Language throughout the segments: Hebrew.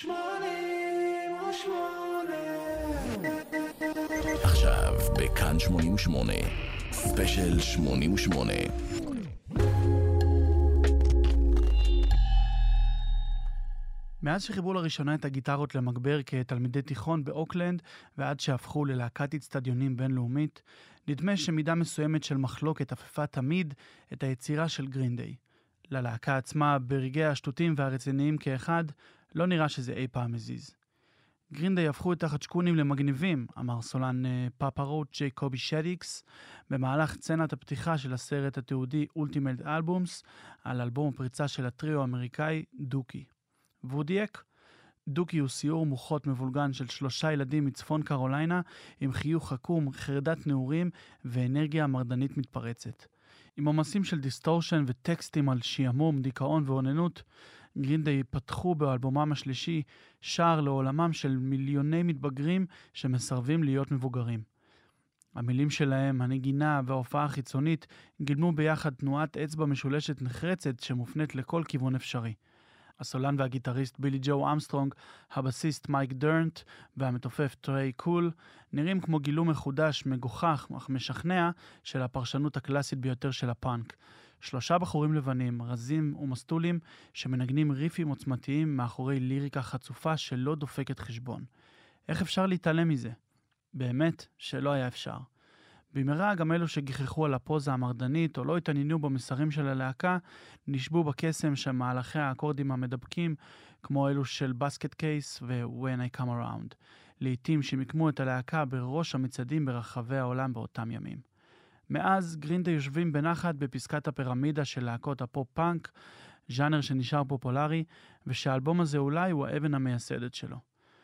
עכשיו בכאן 88 ספיישל 88. מאז שחיברו לראשונה את הגיטרות למגבר כתלמידי תיכון באוקלנד ועד שהפכו ללהקת אצטדיונים בינלאומית, נדמה שמידה מסוימת של מחלוקת אפפה תמיד את היצירה של גרין דיי. ללהקה עצמה, ברגעי השטותים והרציניים כאחד, לא נראה שזה אי פעם מזיז. גרין דיי הפכו את החדשקונים למגניבים, אמר סולן פאפה רוץ' ג'ייקובי שדיקס, במהלך סצנת הפתיחה של הסרט התיעודי אולטימט אלבומס, על אלבום הפריצה של הטריו האמריקאי דוקי. והוא דייק. דוקי הוא סיור מוחות מבולגן של 3 ילדים מצפון קרוליינה עם חיוך חכום, חרדת נעורים ואנרגיה מרדנית מתפרצת. עם עומסים של דיסטורשן וטקסטים על שיעמום, דיכאון ועוננות, גרין דיי פתחו באלבומם השלישי שער לעולמם של מיליוני מתבגרים שמסרבים להיות מבוגרים. המילים שלהם, הנגינה וההופעה החיצונית גילמו ביחד תנועת אצבע משולשת נחרצת שמופנית לכל כיוון אפשרי. הסולן והגיטריסט בילי ג'ו אמסטרונג, הבסיסט מייק דרנט והמתופף טריי קול נראים כמו גילום מחודש, מגוחך אך משכנע של הפרשנות הקלאסית ביותר של הפאנק. 3 בחורים לבנים, רזים ומסטולים שמנגנים ריפים עוצמתיים מאחורי ליריקה חצופה שלא דופקת חשבון. איך אפשר להתעלם מזה? באמת שלא היה אפשר. במהרה גם אלו שגיחכו על הפוזה המרדנית או לא התעניינו במסרים של הלהקה, נשבו בקסם של מהלכי האקורדים המדבקים, כמו אלו של בסקט קייס ו-When I Come Around, לעתים שמקמו את הלהקה בראש המצעדים ברחבי העולם באותם ימים. מאז גרין דיי יושבים בנחת בפסקת הפירמידה של להקות הפופ-פאנק, ז'אנר שנשאר פופולרי, ושהאלבום הזה אולי הוא האבן המייסדת שלו.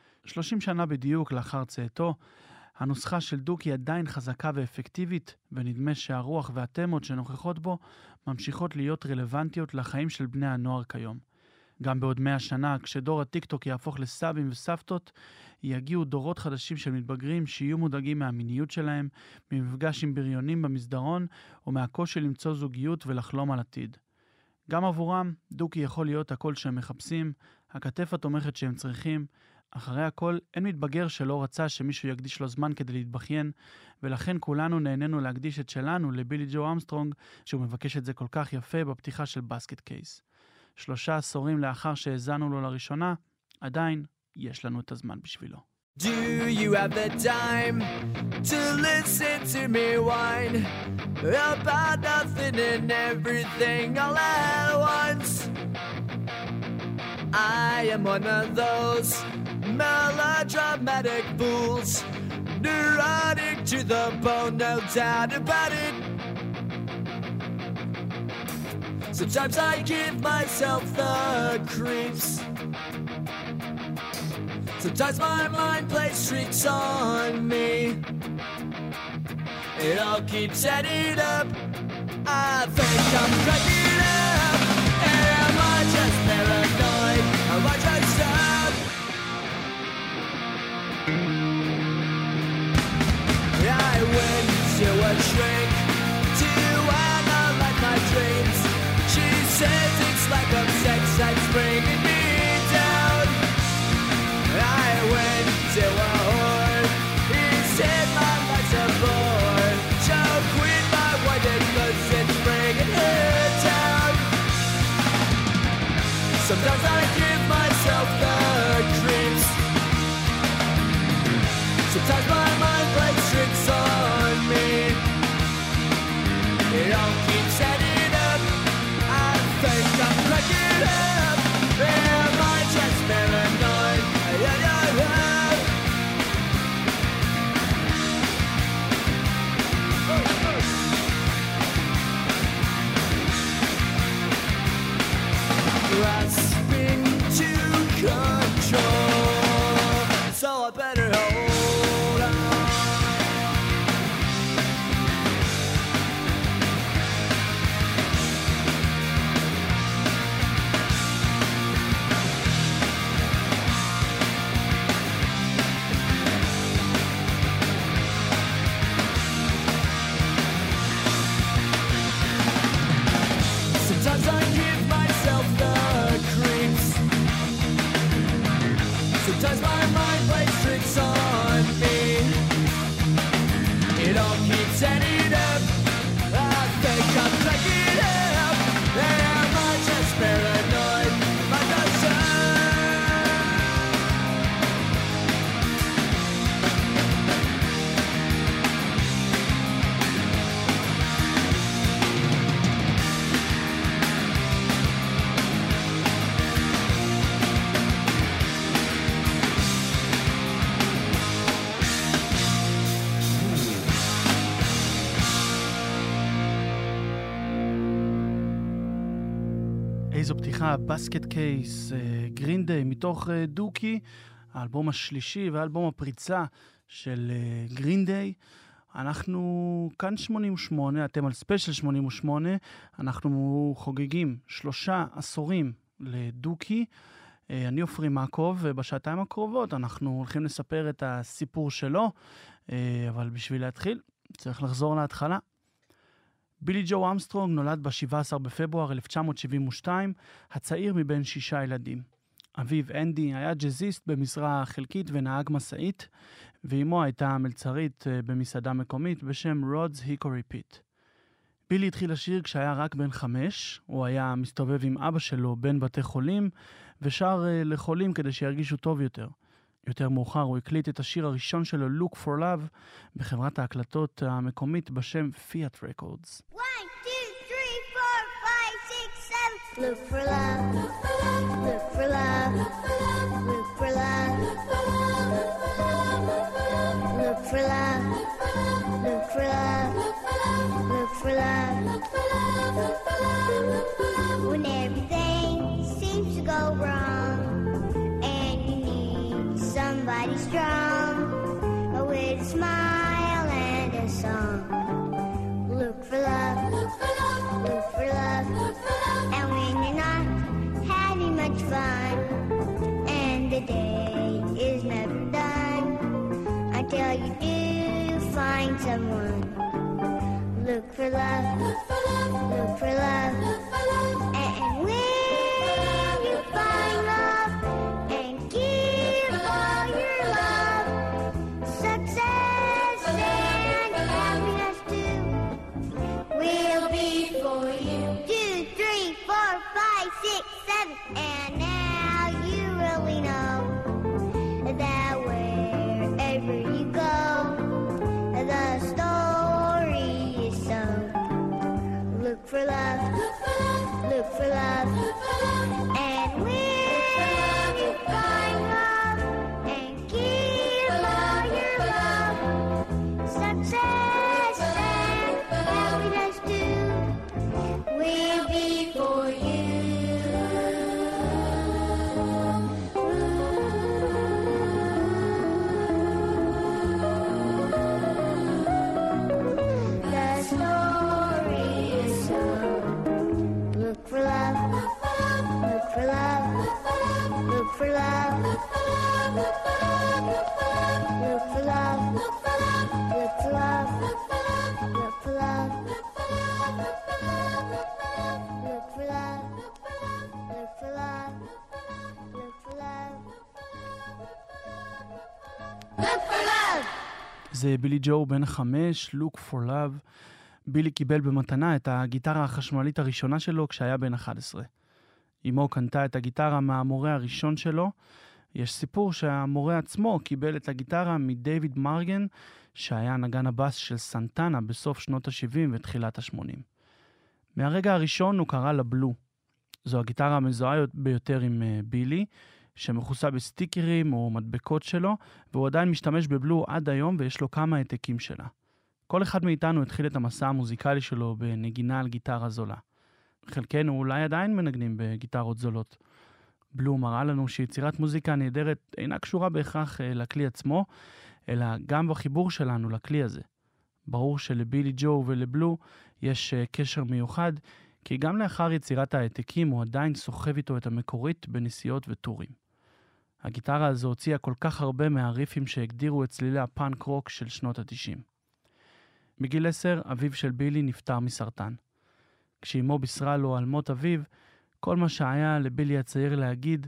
30 שנה בדיוק לאחר צאתו, הנוסחה של דוקי עדיין חזקה ואפקטיבית, ונדמה שהרוח והתמות שנוכחות בו ממשיכות להיות רלוונטיות לחיים של בני הנוער כיום. גם בעוד 100 שנה, כשדור הטיקטוק יהפוך לסבים וסבתות, יגיעו דורות חדשים של מתבגרים שיהיו מודאגים מהמיניות שלהם, ממפגש עם בריונים במסדרון, או מהקושי למצוא זוגיות ולחלום על עתיד. גם עבורם, דוקי יכול להיות הקול שהם מחפשים, הכתף התומכת שהם צריכים. אחרי הכל, אין מתבגר שלא רצה שמישהו יקדיש לו זמן כדי להתבכיין, ולכן כולנו נהנינו להקדיש את שלנו לבילי ג'ו אמסטרונג, שהוא מבקש את זה כל כך יפה בפתיחה של בסקט קייס. 3 עשורים לאחר שהזנו לו לראשונה, עדיין יש לנו את הזמן בשבילו. Do you have the time to listen to me whine about nothing and everything all at once? I am one of those melodramatic fools, neurotic to the bone, no doubt about it. Sometimes I give myself the creeps. Sometimes my mind plays tricks on me. It all keeps adding up. I think I'm cracking up. Am I just paranoid? Am I just up? I went to a shrink to analyze my dreams. She says it's like a sex that's bringing me down. I went to a whore. He said my life's a bore. So quit my wife because it's bringing her down. Sometimes my mind plays tricks on me. It all keeps adding up. I think I'm cracking up. Am I just paranoid like the sun? איזו פתיחה, בסקט קייס, גרין דיי, מתוך דוקי, האלבום השלישי והאלבום הפריצה של גרין דיי. אנחנו כאן 88, אתם על ספיישל 88, אנחנו חוגגים 3 עשורים לדוקי. אני אופרי מקוב, ובשעתיים הקרובות אנחנו הולכים לספר את הסיפור שלו, אבל בשביל להתחיל צריך לחזור להתחלה. בילי ג'ו אמסטרונג נולד ב-17 בפברואר 1972, הצעיר מבין 6 ילדים. אביו אנדי היה ג'זיסט במשרה חלקית ונהג מסעית, ואימו הייתה מלצרית במסעדה מקומית בשם רודס היקורי פיט. בילי התחיל לשיר כשהיה רק בן 5, הוא היה מסתובב עם אבא שלו בין בתי חולים, ושר לחולים כדי שירגישו טוב יותר. יותר מאוחר הוא הקליט את השיר הראשון שלו, Look for Love, בחברת ההקלטות המקומית בשם Fiat Records. 1, 2, 3, 4, 5, 6, 7. Look for love, look for love, look for love, look for love, look for love, look for love. When everything seems to go wrong and you need somebody strong with a smile and a song. Look for love, look for love. And when you're not having much fun and the day is never done until you do find someone. Look for love, look for love. And when you find love and give all your love, success and happiness too will be for you. 2, 3, 4, 5, 6, 7. And now you really know that wherever you go, the story is so. Look for love, look for love. And when you find love and give all your love, success and happiness too will be for you. The story is so. Look for love, look for love, look for love, look for love, look for love, look for love, look for love, look for love, look for love, look for love. זה בילי ג'ו בן 5, Look for Love. בילי קיבל במתנה את הגיטרה החשמלית הראשונה שלו כשהיה בן 11. אמו קנתה את הגיטרה מהמורה הראשון שלו. יש סיפור שהמורה עצמו קיבל את הגיטרה מדייוויד מרגן, שהיה נגן הבאס של סנטנה בסוף שנות ה-70 ותחילת ה-80. מהרגע הראשון הוא קרא לה בלו. זו הגיטרה המזוהה ביותר עם בילי, שמכוסה בסטיקרים או מדבקות שלו, והוא עדיין משתמש בבלו עד היום ויש לו כמה העתקים שלה. כל אחד מאיתנו התחיל את המסע המוזיקלי שלו בנגינה על גיטרה זולה. חלקנו אולי עדיין מנגנים בגיטרות זולות. בלו מראה לנו שיצירת מוזיקה נהדרת אינה קשורה בהכרח לכלי עצמו, אלא גם בחיבור שלנו לכלי הזה. ברור שלבילי ג'ו ולבלו יש קשר מיוחד, כי גם לאחר יצירת העתקים הוא עדיין סוחב איתו את המקורית בנסיעות וטורים. הגיטרה הזו הוציאה כל כך הרבה מהריפים שהגדירו את צלילי הפאנק רוק של שנות ה-90. בגיל 10, אביו של בילי נפטר מסרטן. כשאמו בישרה לו על מות אביו, כל מה שהיה לבילי הצעיר להגיד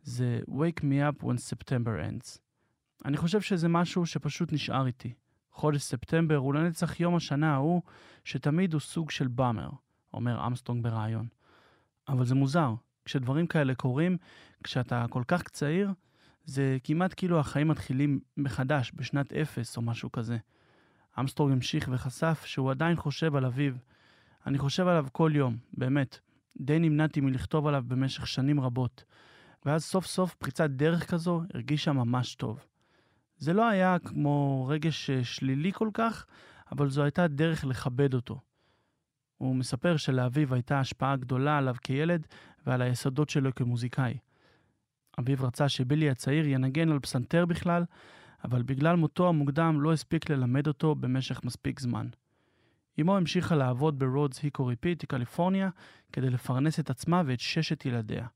זה Wake Me Up When September Ends. אני חושב שזה משהו שפשוט נשאר איתי. חודש ספטמבר הוא לנצח יום השנה ההוא שתמיד הוא סוג של באמר, אומר אמסטרונג ברעיון. אבל זה מוזר, כשדברים כאלה קורים, כשאתה כל כך צעיר, זה כמעט כאילו החיים מתחילים מחדש בשנת 0 או משהו כזה. אמסטרונג המשיך וחשף שהוא עדיין חושב על אביו. אני חושב עליו כל יום, באמת. די נמנעתי מלכתוב עליו במשך שנים רבות. ואז סוף סוף פריצת דרך כזו הרגישה ממש טוב. זה לא היה כמו רגש שלילי כל כך, אבל זו הייתה דרך לכבד אותו. הוא מספר שלאביו הייתה השפעה גדולה עליו כילד ועל היסודות שלו כמוזיקאי. אביו רצה שבילי הצעיר ינגן על פסנתר בכלל, אבל בגלל מותו המוקדם לא הספיק ללמד אותו במשך מספיק זמן. אמו המשיכה לעבוד ברודס היקורי פיט, קליפורניה, כדי לפרנס את עצמה ואת 6 ילדיה.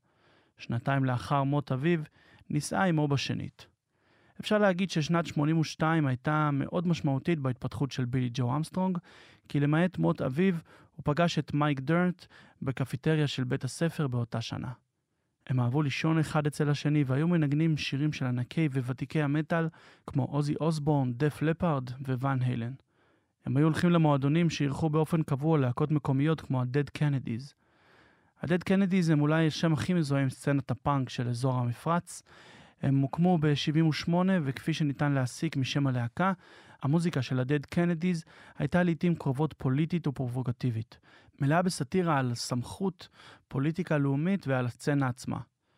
2 לאחר מות אביו, נישאה אמו בשנית. אפשר להגיד ששנת 82 הייתה מאוד משמעותית בהתפתחות של בילי ג'ו אמסטרונג, כי למעט מות אביו, הוא פגש את מייק דרנט בקפיטריה של בית הספר באותה שנה. הם אהבו לישון אחד אצל השני והיו מנגנים שירים של ענקי וותיקי המטל כמו אוזי אוסבורן, דף לפארד וואן הילן. הם היו הולכים למועדונים שאירחו באופן קבוע להקות מקומיות כמו ה-Dead Kennedys. ה-Dead Kennedys הם אולי השם הכי מזוהה עם סצנת הפאנק של אזור המפרץ. הם מוקמו ב-78 וכפי שניתן להסיק משם הלהקה, המוזיקה של ה-Dead Kennedys הייתה לעתים קרובות פוליטית ופרובוקטיבית, מלאה בסאטירה על סמכות, פוליטיקה לאומית ועל הסצנה עצמה.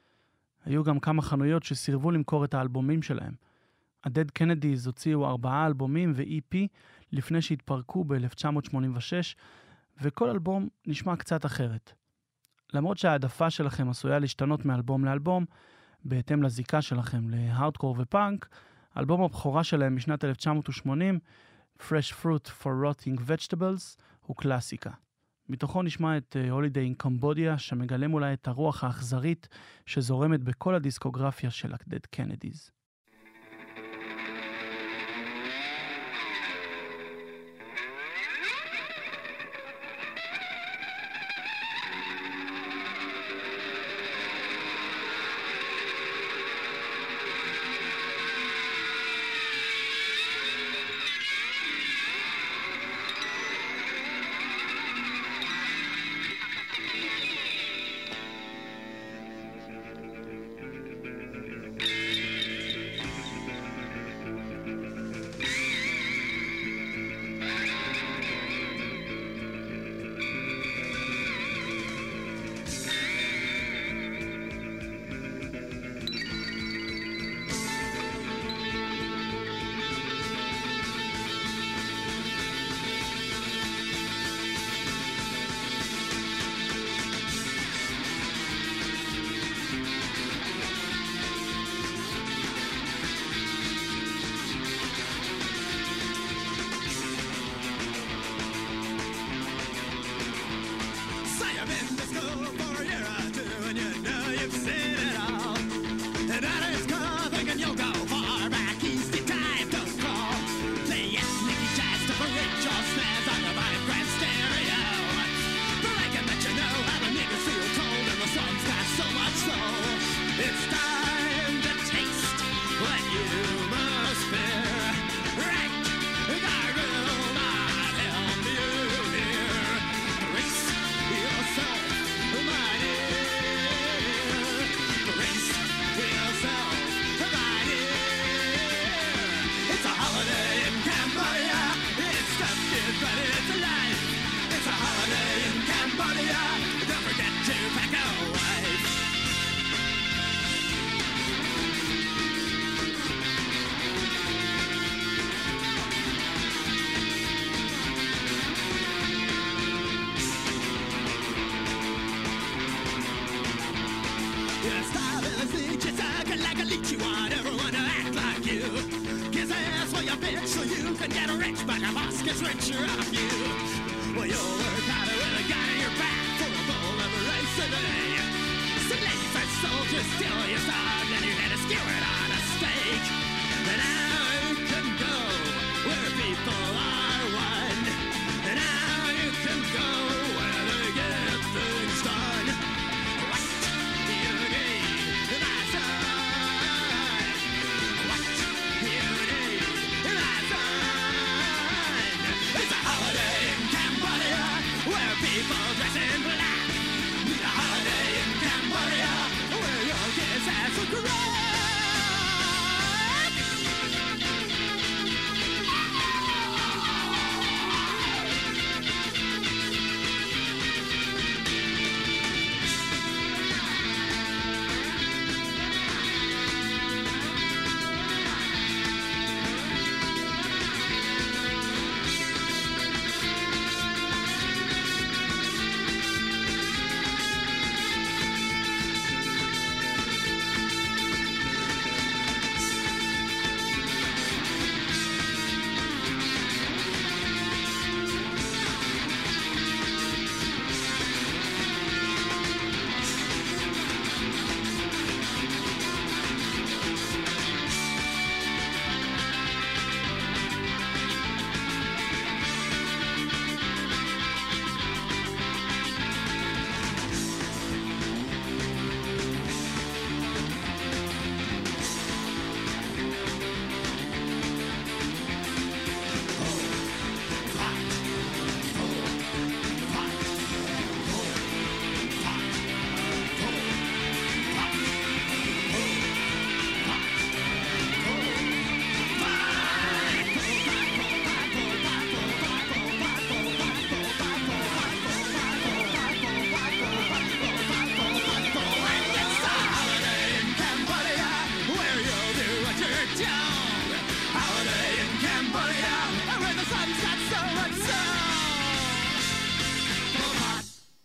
היו גם כמה חנויות שסירבו למכור את האלבומים שלהם. ה-Dead Kennedys הוציאו 4 אלבומים ו-EP לפני שהתפרקו ב-1986, וכל אלבום נשמע קצת אחרת. למרות שהעדפה שלכם עשויה להשתנות מאלבום לאלבום, בהתאם לזיקה שלכם להארדקור ופאנק, אלבום הבכורה שלהם משנת 1980, Fresh Fruit for Rotting Vegetables, הוא קלאסיקה. מתוכו נשמע את Holiday in Cambodia, שמגלם אולי את הרוח האכזרית שזורמת בכל הדיסקוגרפיה של ה-Dead Kennedys.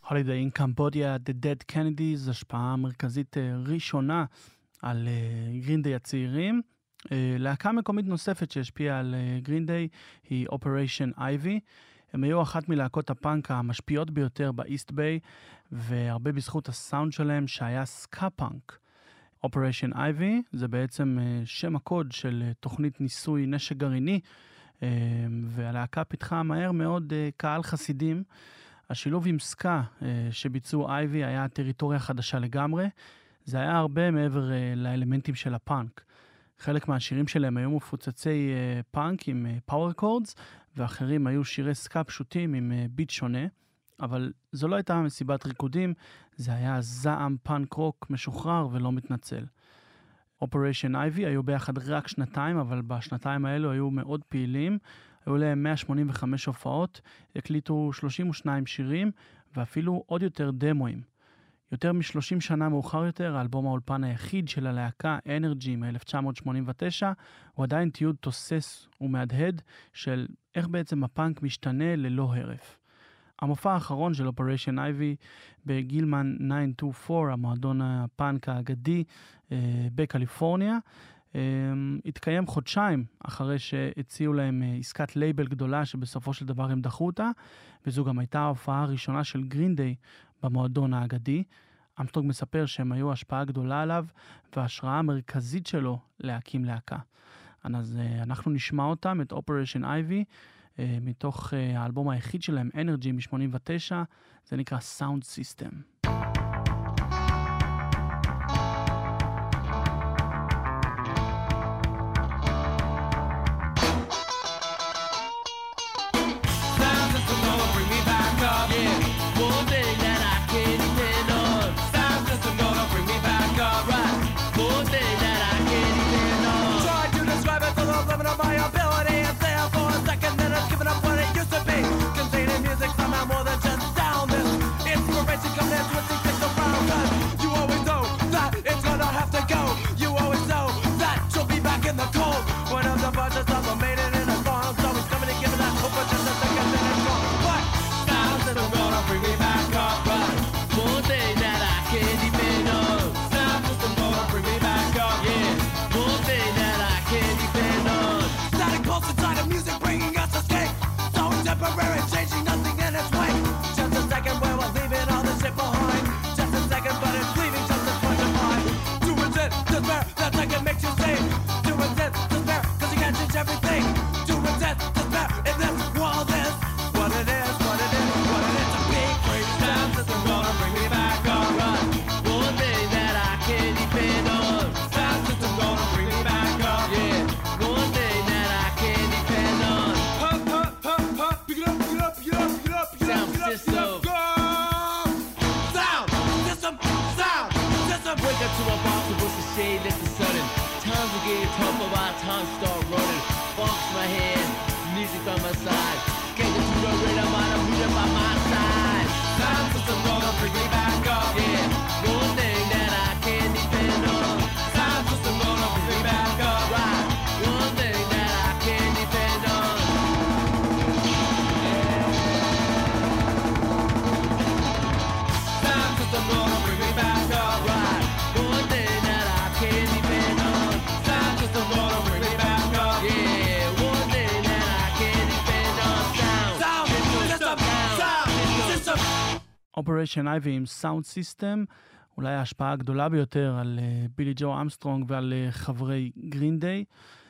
Holiday in Cambodia, The Dead Kennedys, השפעה מרכזית ראשונה על גרין-דיי הצעירים. להקה מקומית נוספת שהשפיעה על גרין-דיי היא Operation Ivy. הם היו אחת מלהקות הפאנק המשפיעות ביותר באיסט ביי, והרבה בזכות הסאונד שלהם שהיה סקה פאנק. Operation Ivy זה בעצם שם הקוד של תוכנית ניסוי נשק גרעיני, והלהקה פיתחה מהר מאוד קהל חסידים. השילוב עם סקה שביצעו אייבי היה טריטוריה חדשה לגמרי. זה היה הרבה מעבר לאלמנטים של הפאנק. חלק מהשירים שלהם היו מפוצצי פאנק עם פאוור קורדס, ואחרים היו שירי סקה פשוטים עם ביט שונה. אבל זו לא הייתה מסיבת ריקודים, זה היה זעם פאנק רוק משוחרר ולא מתנצל. Operation Ivy היו ביחד רק שנתיים, אבל בשנתיים האלו היו מאוד פעילים. היו להם 185 הופעות, הקליטו 32 שירים, ואפילו עוד יותר דמואים. יותר מ-30 שנה מאוחר יותר, האלבום האולפן היחיד של הלהקה, Energy מ-1989, הוא עדיין תיעוד תוסס ומהדהד של איך בעצם הפאנק משתנה ללא הרף. המופע האחרון של Operation Ivy בגילמן 924, המועדון הפאנק האגדי בקליפורניה, התקיים חודשיים אחרי שהציעו להם עסקת לייבל גדולה שבסופו של דבר הם דחו אותה, וזו גם הייתה ההופעה הראשונה של גרין-דיי במועדון האגדי. אמסטרונג מספר שהם היו השפעה גדולה עליו וההשראה המרכזית שלו להקים להקה. אז אנחנו נשמע אותם, את Operation Ivy, מתוך האלבום היחיד שלהם, Energy מ-89, זה נקרא Sound System. Operation Ivy עם Sound System, אולי ההשפעה הגדולה ביותר על בילי ג'ו אמסטרונג ועל חברי גרין-דיי,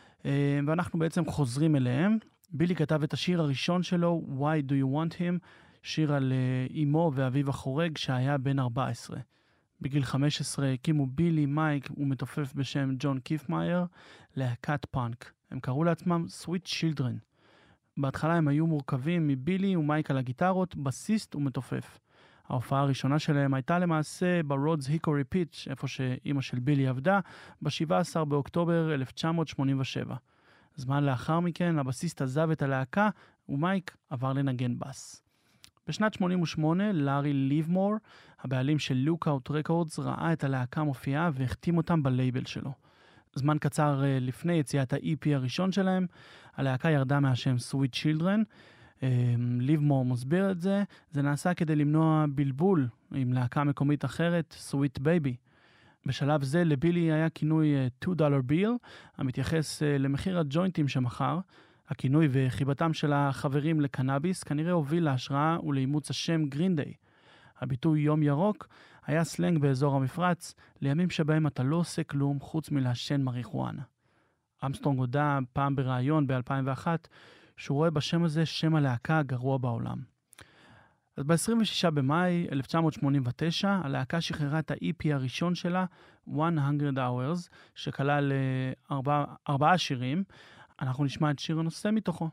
ואנחנו בעצם חוזרים אליהם. בילי כתב את השיר הראשון שלו, Why Do You Want Him, שיר על אמו ואביו החורג שהיה בן 14. בגיל 15 הקימו בילי, מייק ומתופף בשם ג'ון קיפמייר להקת פאנק. הם קראו לעצמם Sweet Children. בהתחלה הם היו מורכבים מבילי ומייק על הגיטרות, בסיסט ומתופף. ההופעה הראשונה שלהם הייתה למעשה ברודס היקורי פיץ', איפה שאימא של בילי עבדה, ב-17 באוקטובר 1987. זמן לאחר מכן, הבסיסט עזב את הלהקה, ומייק עבר לנגן בס. בשנת 88, לארי ליבמור, הבעלים של לוקאוט רקורדס, ראה את הלהקה מופיעה והחתים אותם בלייבל שלו. זמן קצר לפני יציאת ה-EP הראשון שלהם, הלהקה ירדה מהשם Sweet Children, ליבמור מסביר את זה, זה נעשה כדי למנוע בלבול עם להקה מקומית אחרת, Sweet Baby. בשלב זה לבילי היה כינוי $2 bill, המתייחס למחיר הג'וינטים שמחר. הכינוי וחיבתם של החברים לקנאביס כנראה הוביל להשראה ולאימוץ השם גרין דיי. הביטוי יום ירוק היה סלנג באזור המפרץ, לימים שבהם אתה לא עושה כלום חוץ מלעשן מריחואנה. אמסטרונג הודע פעם בראיון ב-2001 שהוא רואה בשם הזה שם הלהקה הגרוע בעולם. אז ב-26 במאי 1989 הלהקה שחררה את ה-EP הראשון שלה, 100 Hours, שכלל 4 שירים. אנחנו נשמע את שיר הנושא מתוכו.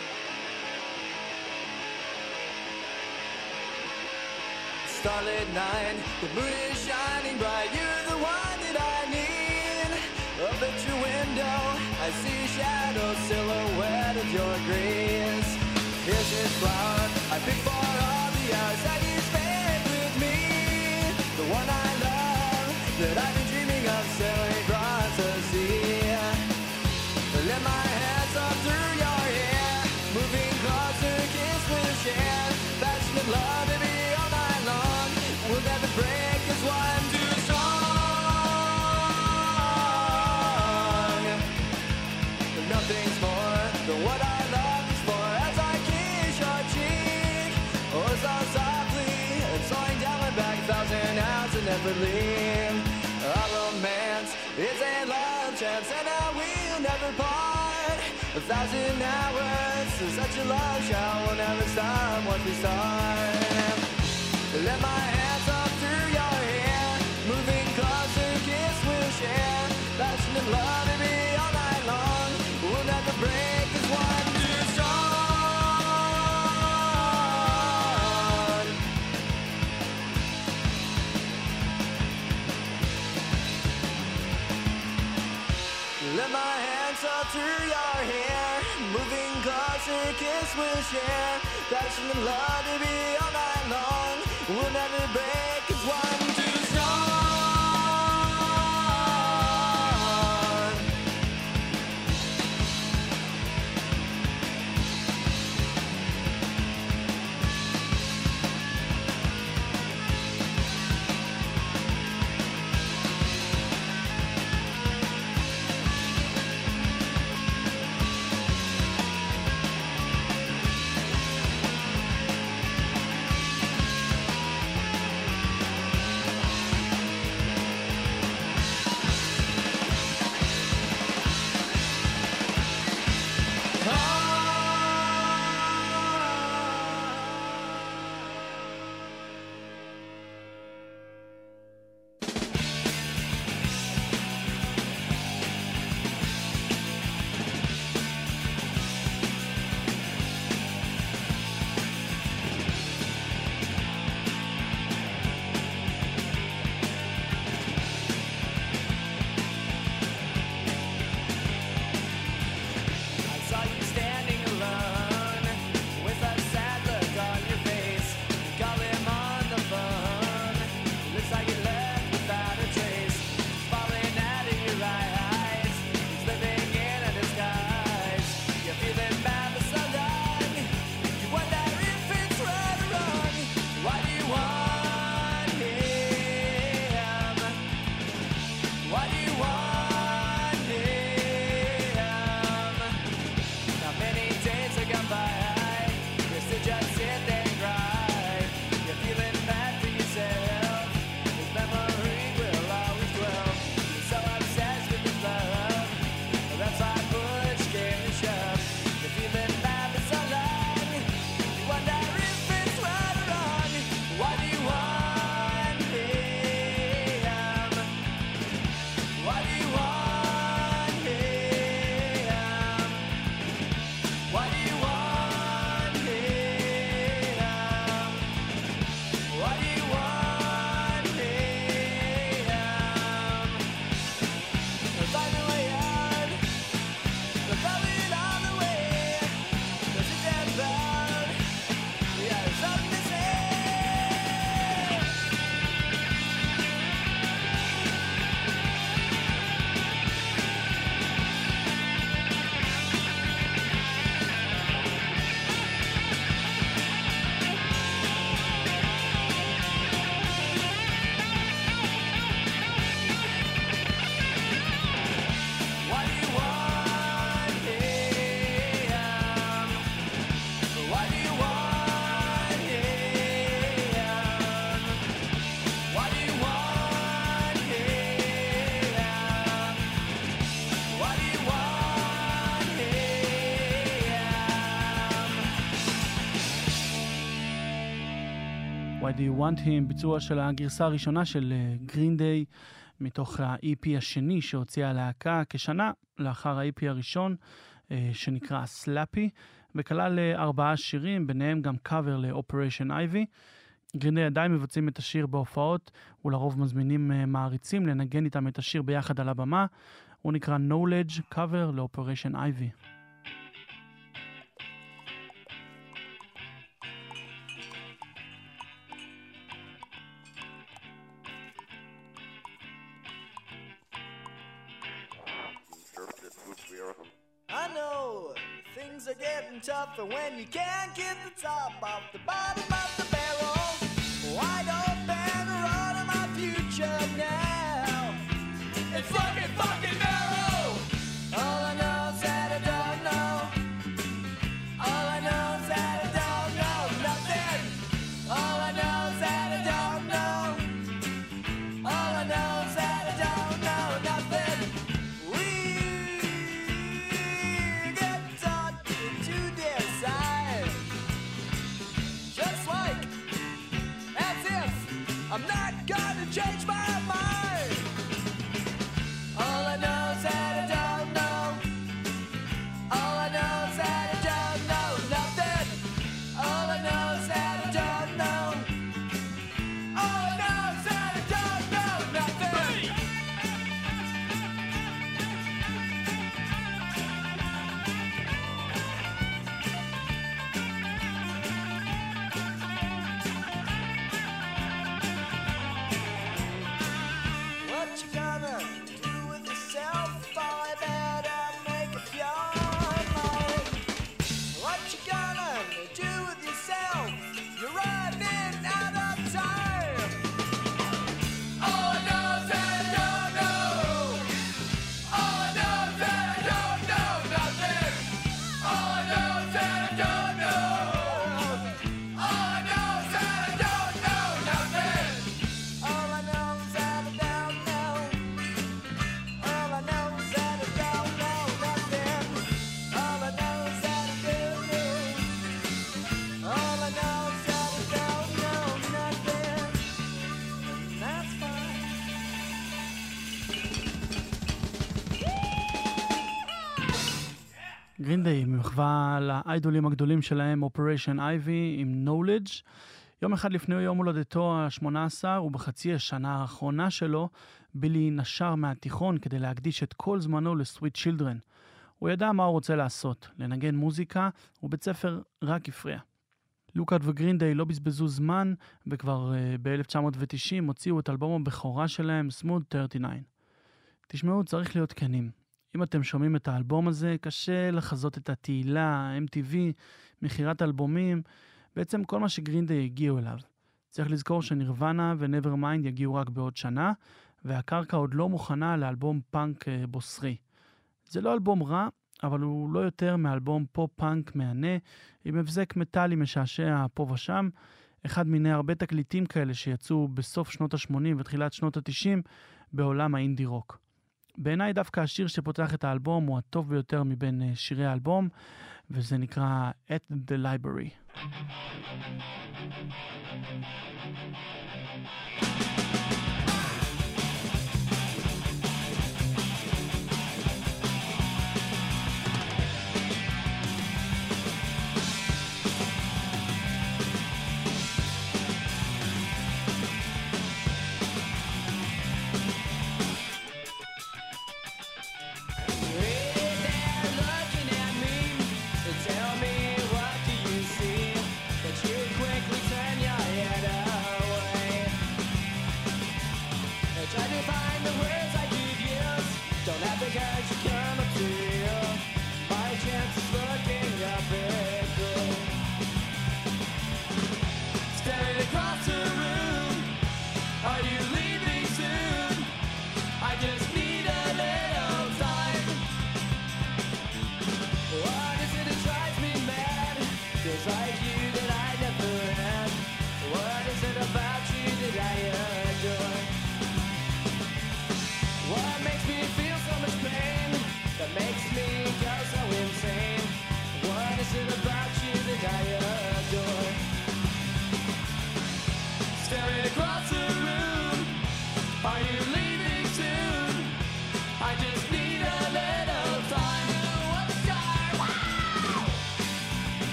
Starlit night, the moon is shining bright. You're the one that I need. Up at your window, I see shadows, silhouette of your grace. Here's his flower, I pick for all the hours that you spent with me. The one I love, that I've been dreaming of, sailing across the sea. Let my hands up through your hair, moving closer, kiss we'll share. Passionate love, baby, all night long. We'll never break this one too strong. Nothing's more than what I love is for. As I kiss your cheek, oh so softly, and slowing down my back 1,000 hours and never leave. Our romance is a love chance, and I will never part. 1,000 hours, such a love shall will never stop once we start. Let my hands up through your hair, moving closer, kiss we'll share. Passionate love, baby, all night long. We'll never break this one too strong. Let my hands up through your hair, moving closer, kiss we'll share. Passionate love, baby, all night long. We'll never break this one too strong. Why Do You Want Him, ביצוע של הגרסה הראשונה של Green Day, מתוך ה-EP השני שהוציאה הלהקה כשנה לאחר ה-EP הראשון, שנקרא Slappy, וכלל 4 שירים, ביניהם גם קאבר ל-Operation Ivy. Green Day עדיין מבצעים את השיר בהופעות, ולרוב מזמינים מעריצים לנגן איתם את השיר ביחד על הבמה. הוא נקרא Knowledge, קאבר ל-Operation Ivy. I know things are getting tougher when you can't get the top off the bottom of the barrel. Wide open, run on my future now. It's fucking narrow. All I know is that I don't know. All I know is that I don't know nothing. All I know is that I don't know. All I know is that I don't know nothing. We get taught to decide, just like as if I'm not gonna change my mind. All I know is that I don't know. All I know is that I don't know nothing. All I know is that I don't know. All I know is that I don't know nothing. What you gonna do with yourself? I better make up your mind. What you gonna do with yourself? You're running out of time. All I know is that I don't know. All I know is that I don't know nothing. All I know is that I don't know. All I know is that I don't know nothing. All I know is that I don't know. All I know is that I don't know nothing. All I know is that I do know. All I know is that I don't know nothing. That's fine. Green Day, ממחווה לאיידולים הגדולים שלהם, Operation Ivy עם Knowledge. יום אחד לפני יום הולדתו ה-18, ובחצי השנה האחרונה שלו, בילי נשר מהתיכון כדי להקדיש את כל זמנו ל-Sweet Children. הוא ידע מה הוא רוצה לעשות, לנגן מוזיקה, ובית ספר רק הפריע. לוקארד וגרין דיי לא בזבזו זמן, וכבר ב-1990 הוציאו את אלבום הבכורה שלהם, Smooth 39. תשמעו, צריך להיות כנים. אם אתם שומעים את האלבום הזה, קשה לחזות את התהילה, MTV, מחירת אלבומים, בעצם כל מה שגרין דיי הגיעו אליו. צריך לזכור שנירוונה ו-Nevermind יגיעו רק בעוד שנה, והקרקע עוד לא מוכנה לאלבום פאנק בוסרי. זה לא אלבום רע, אבל הוא לא יותר מאלבום פופ-פאנק מהנה, עם הבזק מטלי משעשע פה ושם, אחד מיני הרבה תקליטים כאלה שיצאו בסוף שנות ה-80 ותחילת שנות ה-90 בעולם האינדי רוק. בעיניי דווקא השיר שפותח את האלבום הוא הטוב ביותר מבין שירי האלבום, וזה נקרא At the Library.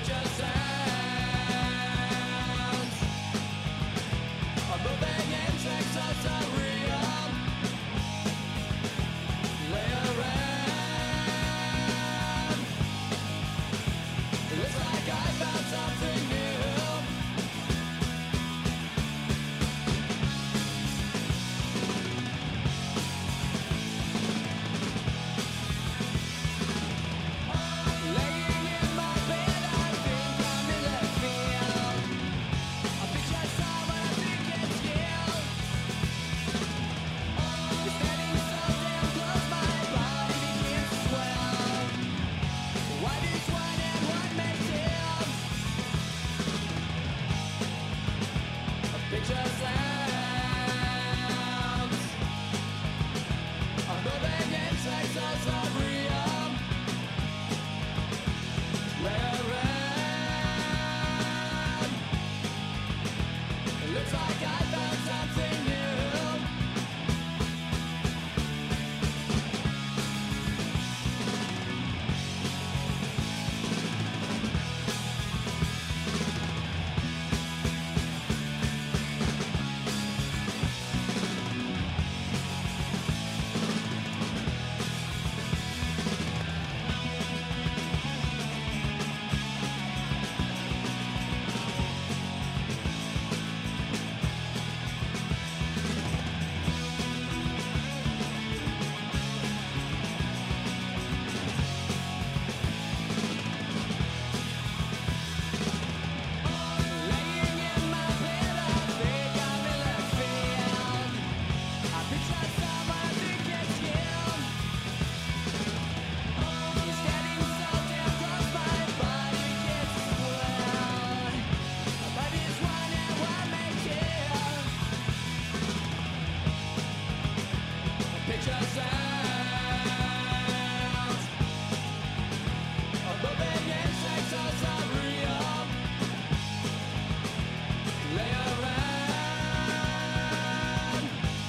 picture sounds of moving insects of delirium lay around. It looks like I found something new. Laying in my bed, I think I'm in left field. A picture someone I think it's you. You're standing so damn close, my body begins to swell. What is one and what makes him? A picture sounds of moving insects of delirium lay around. It looks like I found something new. Laying in my bed, I think I'm in left field. I picture someone I think it's you. You're standing so damn close, my body gets to swell. But it's one and what makes it? A picture sounds of moving insects of delirium lay around.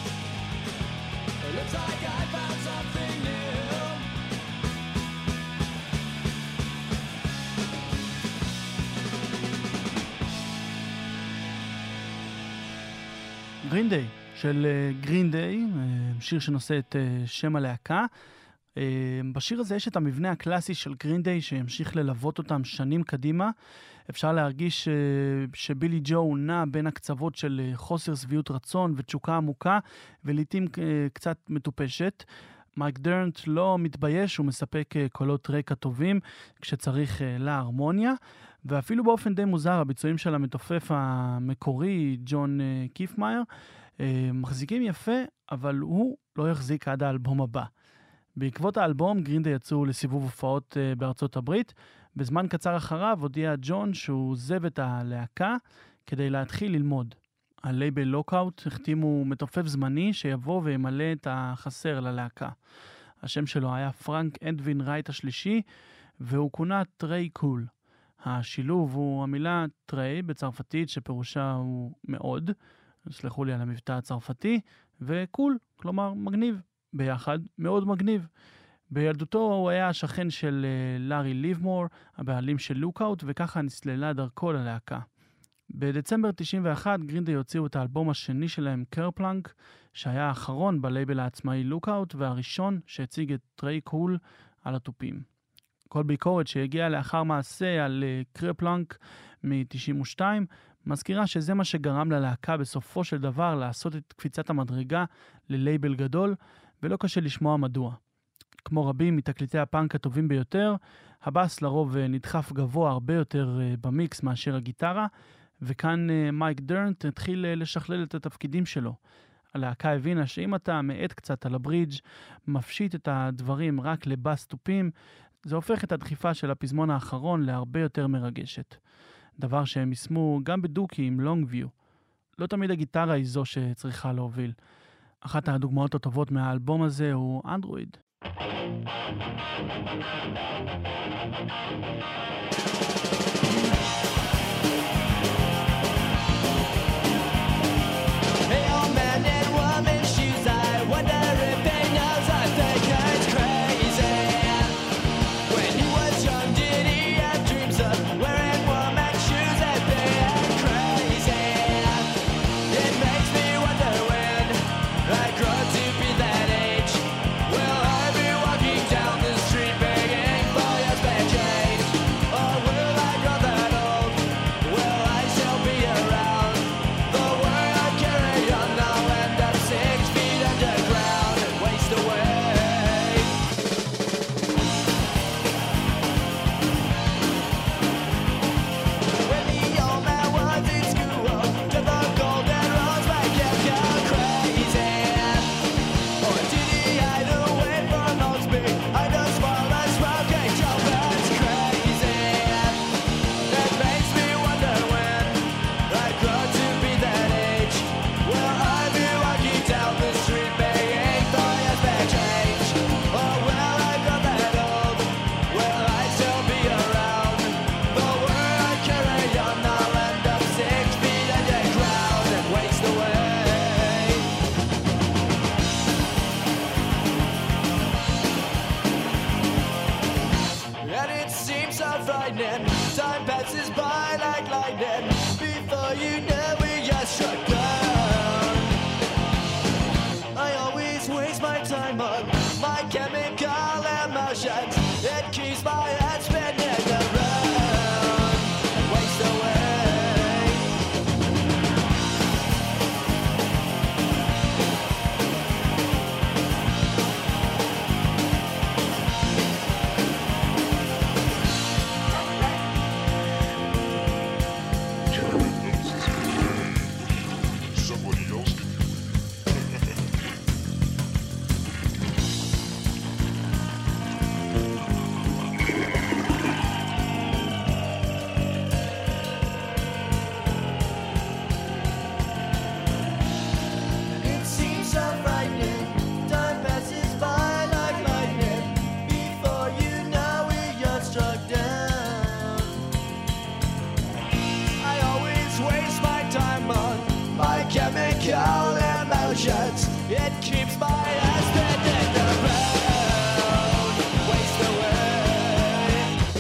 It looks like I found something new. גרין דיי של גרין דיי, שיר שנושא את שם הלהקה. בשיר הזה יש את המבנה הקלאסי של גרין דיי שימשיך ללוות אותם שנים קדימה. אפשר להרגיש שבילי ג'ו נע בין הקצוות של חוסר שביעות רצון ותשוקה עמוקה ולעיתים קצת מטופשת. מייק דרנט לא מתבייש, הוא מספק קולות רקע טובים כשצריך להרמוניה, ואפילו באופן די מוזר הביצועים של המתופף המקורי ג'ון קיפמייר מחזיקים יפה, אבל הוא לא יחזיק עד האלבום הבא. בעקבות האלבום גרין דיי יצאו לסיבוב הופעות בארצות הברית. בזמן קצר אחריו הודיע ג'ון שהוא עוזב את הלהקה כדי להתחיל ללמוד. הלייבל לוקאוט החתימו מתופף זמני שיבוא וימלא את החסר ללהקה. השם שלו היה פרנק אדווין רייט השלישי, והוא כונה טריי קול. השילוב הוא המילה טריי בצרפתית שפירושה הוא מאוד, סלחו לי על המבטא הצרפתי, וקול, כלומר מגניב. ביחד, מאוד מגניב. בילדותו הוא היה השכן של לארי ליבמור, הבעלים של לוקאוט, וככה נסללה דרכו ללהקה. בדצמבר 91 גרין דיי הוציאו את האלבום השני שלהם, קרפלנק, שהיה האחרון בלייבל העצמאי לוקאוט, והראשון שהציג את טריי קול על התופים. כל ביקורת שהגיעה לאחר מעשה על קרפלנק מ-92, מזכירה שזה מה שגרם ללהקה בסופו של דבר לעשות את קפיצת המדרגה ללייבל גדול, ולא קשה לשמוע מדוע. כמו רבים מתקליטי הפאנק הטובים ביותר, הבאס לרוב נדחף גבוה הרבה יותר במיקס מאשר הגיטרה, וכאן מייק דרנט התחיל לשכלל את התפקידים שלו. הלהקה הבינה שאם אתה מעט קצת על הברידג', מפשיט את הדברים רק לבאס טופים, זה הופך את הדחיפה של הפזמון האחרון להרבה יותר מרגשת. דבר שהם יישמו גם בדוקי עם לונגוויו. לא תמיד הגיטרה היא זו שצריכה להוביל. אחת הדוגמאות הטובות מהאלבום הזה הוא אנדרואיד. Hey, old man in woman's shoes, I wonder if he knows I think it's crazy. When he was young, did he have dreams of wearing Time passes by like lightning. Before you know we just struck down. I always waste my time on my chemical emotions. It keeps my head spinning around and waste away. Chemical emotions, it keeps my head spinning around, waste away.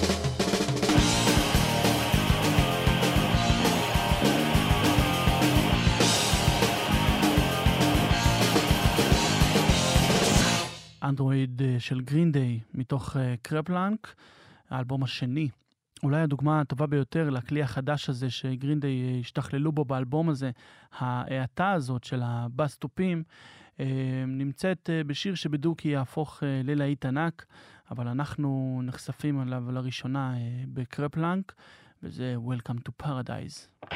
אנדרואיד של גרין דיי מתוך קרפלנק, האלבום השני. אולי הדוגמה הטובה ביותר לכלי החדש הזה שגרין דיי השתכללו בו באלבום הזה, ההאטה הזאת של הבאס-טופים, נמצאת בשיר שבדוקי יהפוך ללהיט ענק, אבל אנחנו נחשפים עליו לראשונה בקרפלנק, וזה Welcome to Paradise.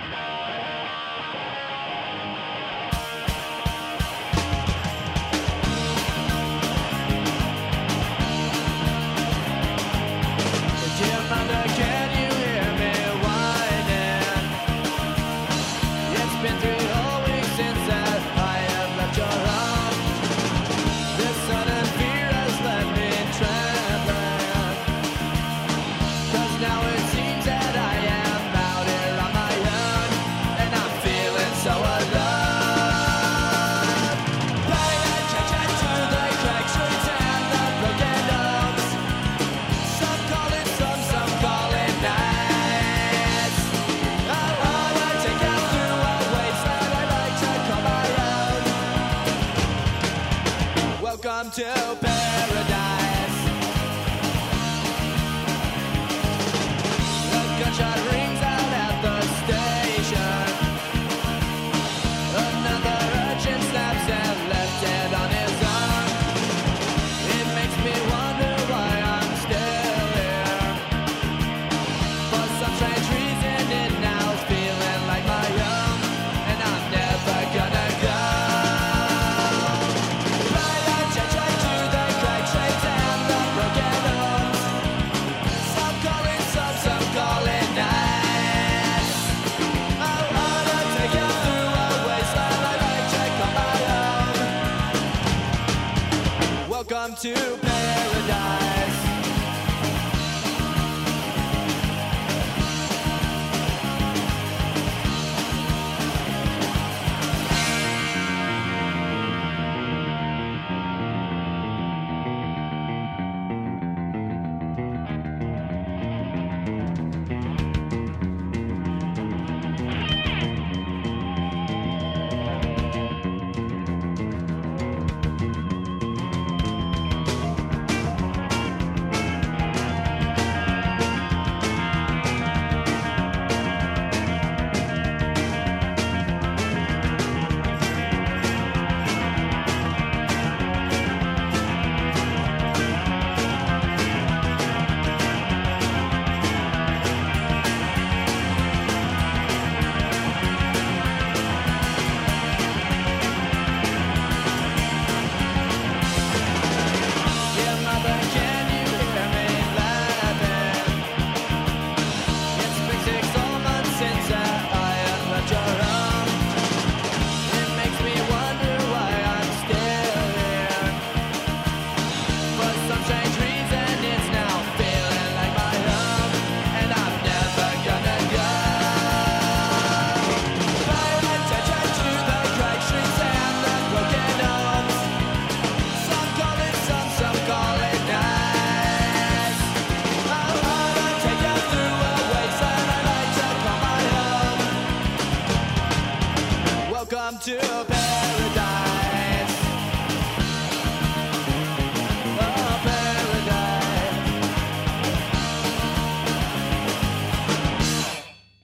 Can you hear me whining? It's been 3 whole weeks since that I have left your arms. This sudden fear has left me trembling. 'Cause now it seems that I am out here on my own, and I'm feeling so alone. Play that cha-cha to the crack streets and the broken homes. Some call it some call it nights. I wanna take you through a wasteland I like to call my own. Welcome to paradise. The gunshot rings out at the station. Another urchin snaps and left dead on his arm. It makes me wonder why I'm still here. For some strange reason it now is feeling like my own, and I'm never gonna go. Right on cha-cha to the crack streets and the broken homes. Some call it some call it nights. I wanna take you through a wasteland I like to call my own. Welcome to paradise.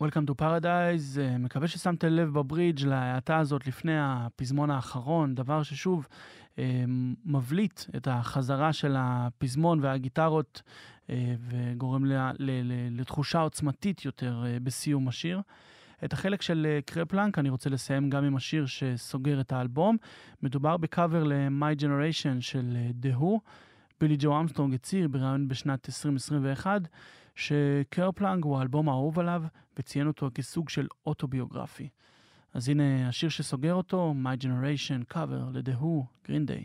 Welcome to Paradise, מקווה ששמתם לב בברידג' להאטה הזאת לפני הפזמון האחרון, דבר ששוב מבליט את החזרה של הפזמון והגיטרות וגורם לתחושה עוצמתית יותר בסיום השיר. את החלק של קרפלנק אני רוצה לסיים גם עם השיר שסוגר את האלבום. מדובר בקאבר ל-My Generation של The Who. בילי ג'ו אמסטרונג הצהיר בראיון בשנת 2021 שקרפלנק הוא האלבום האהוב עליו וציין אותו כסוג של אוטוביוגרפי. אז הנה השיר שסוגר אותו, My Generation, קאבר ל-The Who, Green Day.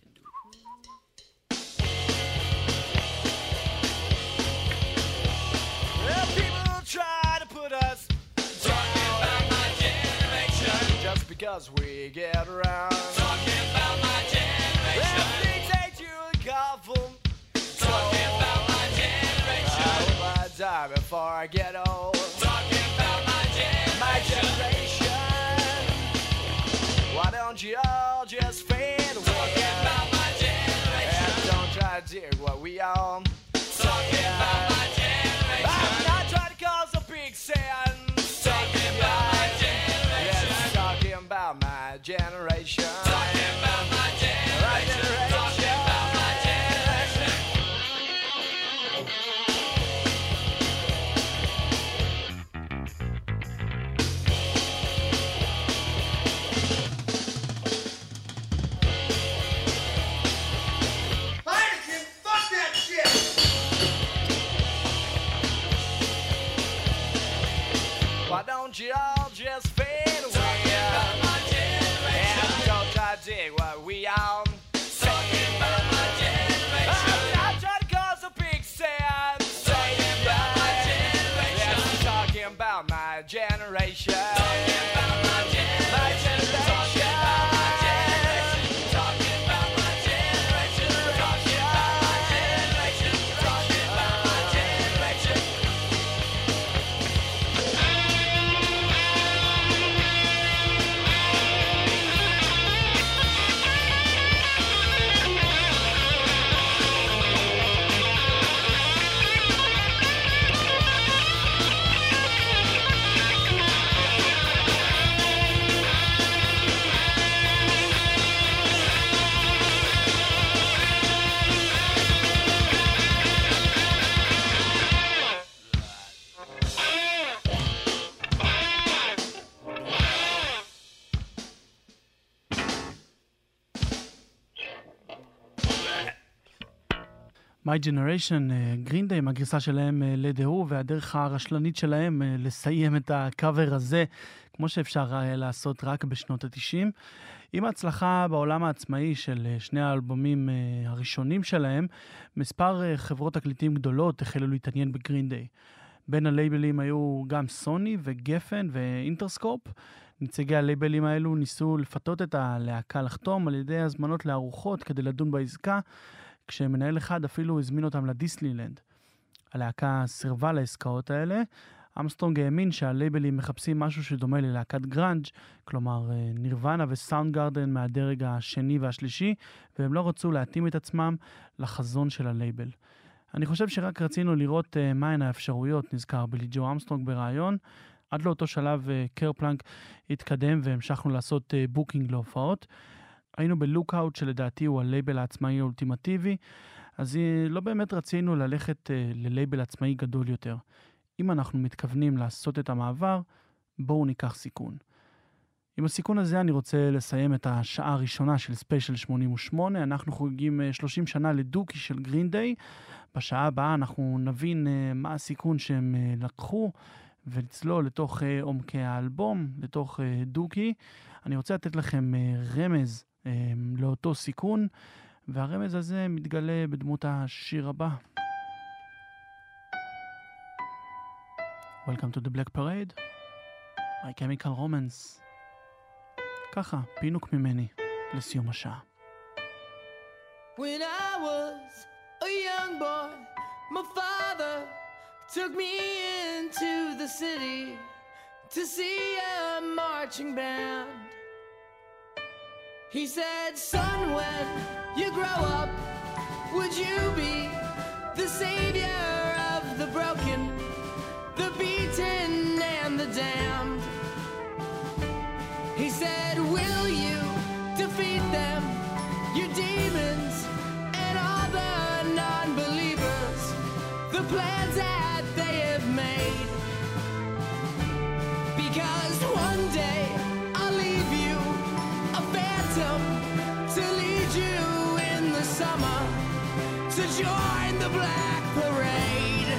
Because we get around talking about my generation. They take you a couple. Talking about my generation. I hope I die before I get old. Talking about my generation. Why don't you all just fade away? Talking about my generation. And don't try to dig what we own. Talking about my generation. I'm not trying to cause a big sound. Talking about my generation. Talking about my generation. Talking about my generation. Talking about my generation. Heineken, fuck that shit! Why don't you all just fade away? Talking about my generation. And don't try to dig what we own. Talking about my generation. I'm not trying to cause a big sound. Talking about my generation. Yes, talking about my generation. Talking about my generation. My generation. Talking about my generation. Talking about my generation. Talking about my generation. Talking about my generation. My Generation, Green Day, מהגרסה שלהם ל-The Who, והדרך הרשלנית שלהם לסיים את הקאבר הזה, כמו שאפשר לעשות רק בשנות ה-90. עם ההצלחה בעולם העצמאי של שני האלבומים הראשונים שלהם, מספר חברות תקליטים גדולות החלו להתעניין בגרין דיי. בין הלייבלים היו גם סוני וגפן ואינטרסקופ. נציגי הלייבלים האלו ניסו לפתות את הלהקה לחתום על ידי הזמנות לארוחות כדי לדון בעסקה, כשמנהל אחד אפילו הזמין אותם לדיסנילנד. הלהקה סירבה לעסקאות האלה. אמסטרונג האמין שהלייבלים מחפשים משהו שדומה ללהקת גראנג', כלומר נירוונה וסאונד גארדן מהדרג השני והשלישי, והם לא רצו להתאים את עצמם לחזון של הלייבל. אני חושב שרק רצינו לראות מהן האפשרויות, נזכר בילי ג'ו אמסטרונג ברעיון. עד לאותו שלב קרפלנק התקדם והמשכנו לעשות בוקינג להופעות. היינו בלוקאוט שלדעתי הוא הלייבל העצמאי האולטימטיבי, אז לא באמת רצינו ללכת ללייבל עצמאי גדול יותר. אם אנחנו מתכוונים לעשות את המעבר, בואו ניקח סיכון. עם הסיכון הזה אני רוצה לסיים את השעה הראשונה של ספיישל 88. אנחנו חוגגים 30 שנה לדוקי של גרין דיי. בשעה הבאה אנחנו נבין מה הסיכון שהם לקחו, ולצלול לתוך עומקי האלבום, לתוך דוקי. אני רוצה לתת לכם רמז לאותו סיכון, והרמז הזה מתגלה בדמות השיר הבא. Welcome to the Black Parade, My Chemical Romance. ככה, פינוק ממני לסיום השעה. When I was a young boy, my father took me into the city to see a marching band. He said, son, when you grow up, would you be the savior of the broken, the beaten and the damned. He said, will you defeat them, your demons and all the non-believers, the plans that they have made? Because one day I'll leave you a phantom to lead you in the summer to join the Black Parade.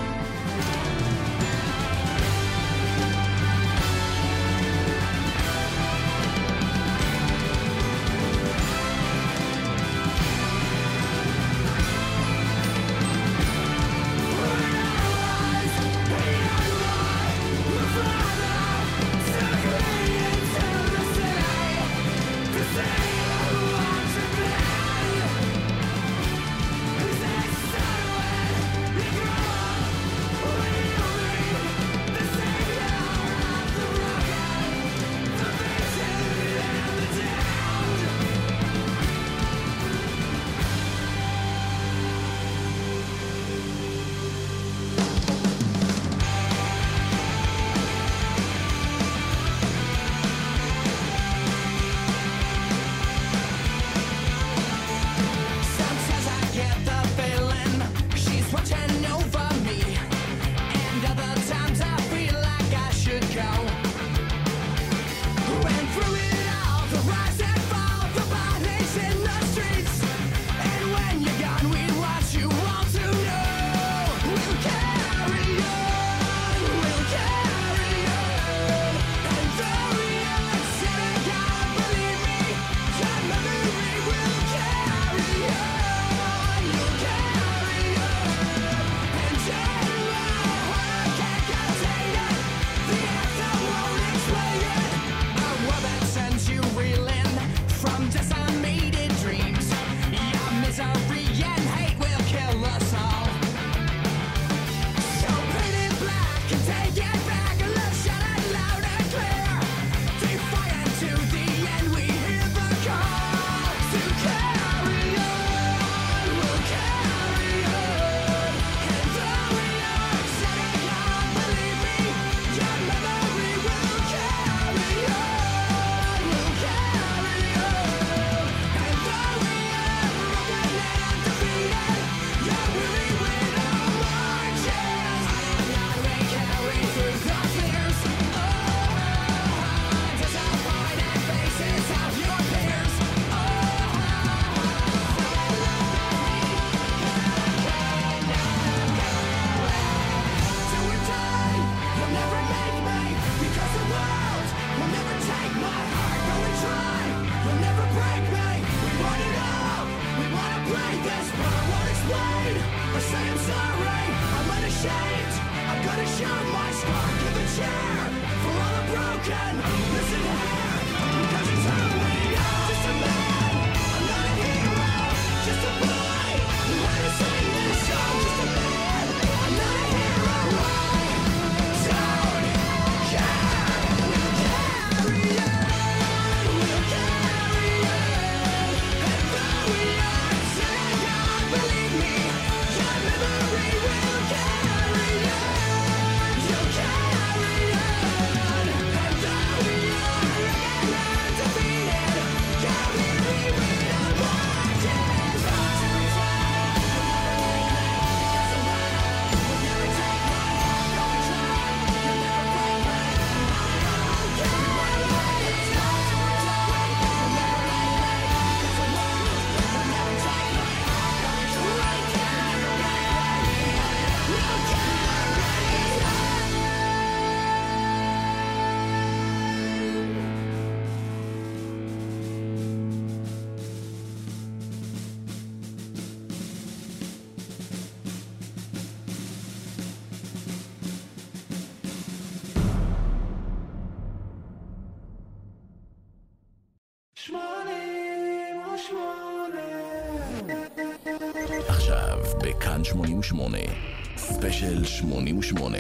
עכשיו בכאן 88 ספיישל 88.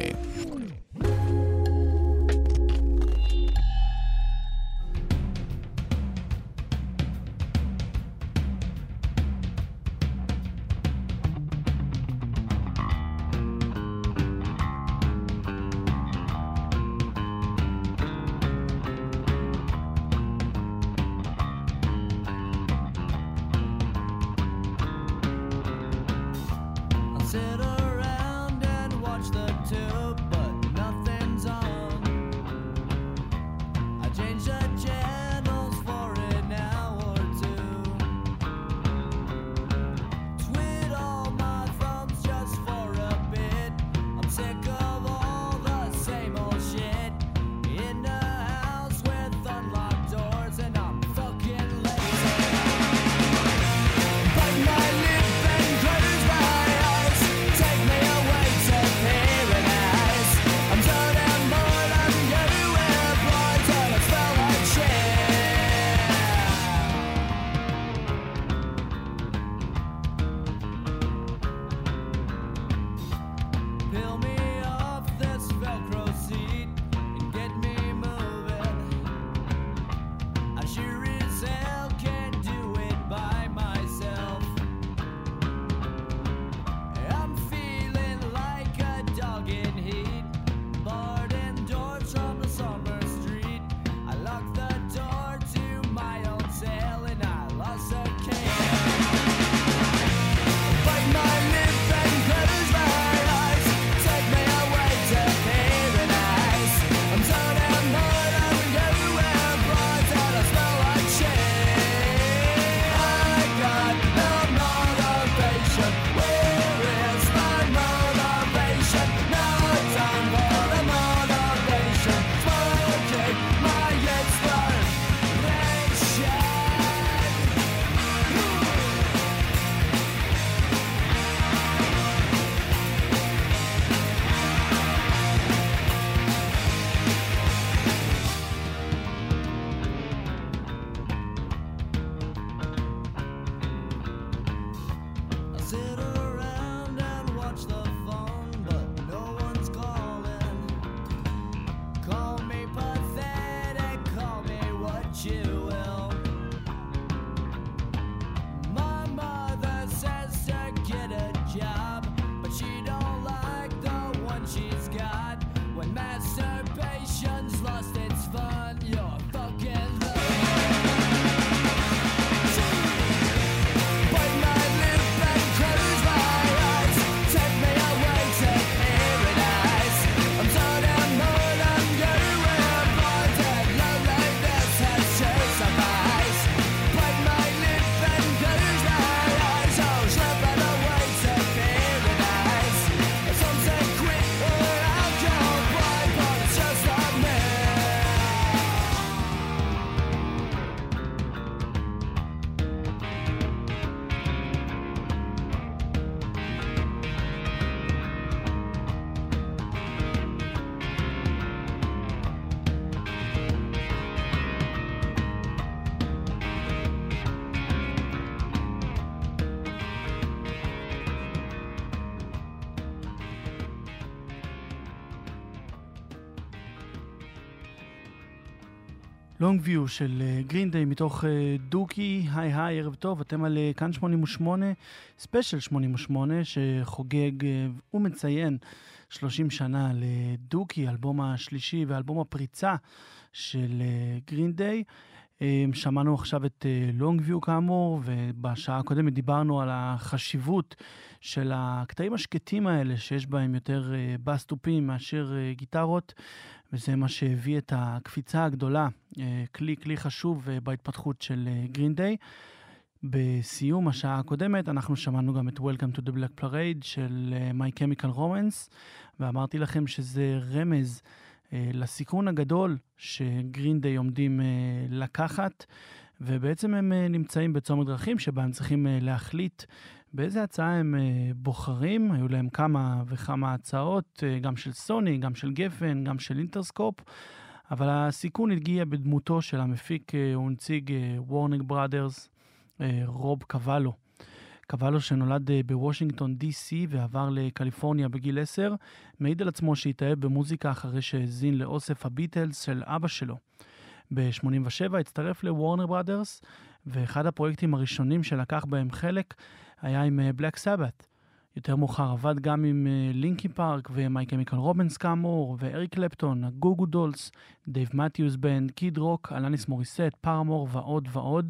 לונג ויו של גרין דיי מתוך דוקי. היי, ערב טוב, אתם על כאן 88, ספיישל 88 שחוגג ומציין 30 שנה לדוקי, אלבום השלישי ואלבום הפריצה של גרין דיי. שמענו עכשיו את לונג ויו כאמור, ובשעה הקודמת דיברנו על החשיבות של הקטעים השקטים האלה שיש בהם יותר בס טופים מאשר גיטרות, וזה מה שהביא את הקפיצה הגדולה, כלי חשוב בהתפתחות של גרין דיי. בסיום השעה הקודמת אנחנו שמענו גם את Welcome to the Black Parade של My Chemical Romance, ואמרתי לכם שזה רמז לסיכון הגדול שגרין דיי עומדים לקחת, ובעצם הם נמצאים בצומת דרכים שבה הם צריכים להחליט באיזה הצעה הם בוחרים. היו להם כמה וכמה הצעות, גם של סוני, גם של גפן, גם של אינטרסקופ, אבל הסיכון הגיע בדמותו של המפיק ונציג וורנר בראדרס, רוב קוואלו. קוואלו שנולד בוושינגטון DC ועבר לקליפורניה בגיל 10, מעיד על עצמו שהתאהב במוזיקה אחרי שהזין לאוסף הביטלס של אבא שלו. ב-87 הצטרף לוורנר בראדרס, ואחד הפרויקטים הראשונים שלקח בהם חלק היה עם בלק סבת. יותר מאוחר עבד גם עם לינקי פארק ומי קמיקל רובנס כאמור, ואריק קלפטון, הגוגו דולס, דייב מתיוס בנד, קיד רוק, אלניס מוריסט, פארמור ועוד ועוד.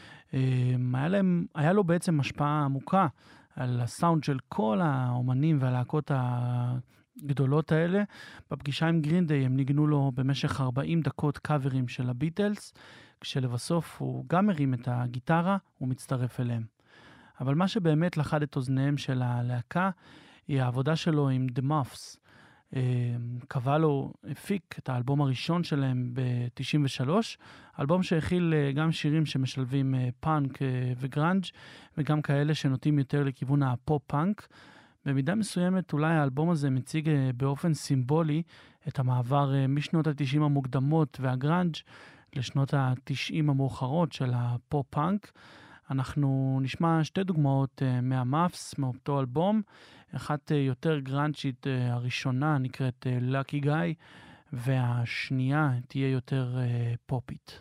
היה לו בעצם השפעה עמוקה על הסאונד של כל האומנים והלהקות הגדולות האלה. בפגישה עם גרין דיי הם ניגנו לו במשך 40 דקות קאברים של הביטלס, כשלבסוף הוא גם מרים את הגיטרה ומצטרף אליהם. אבל מה שבאמת לחד את אוזניהם של הלהקה היא העבודה שלו עם The Muffs. קוואלו הפיק את האלבום הראשון שלהם ב-93, אלבום שהכיל גם שירים שמשלבים פאנק וגרנג' וגם כאלה שנוטים יותר לכיוון הפופ-פאנק. במידה מסוימת אולי האלבום הזה מציג באופן סימבולי את המעבר משנות ה-90 המוקדמות והגרנג' לשנות ה-90 המאוחרות של הפופ-פאנק. אנחנו נשמע שתי דוגמאות מהמאפס, מאותו אלבום. אחת יותר גרנצ'ית, הראשונה נקראת Lucky Guy, והשנייה תהיה יותר פופית.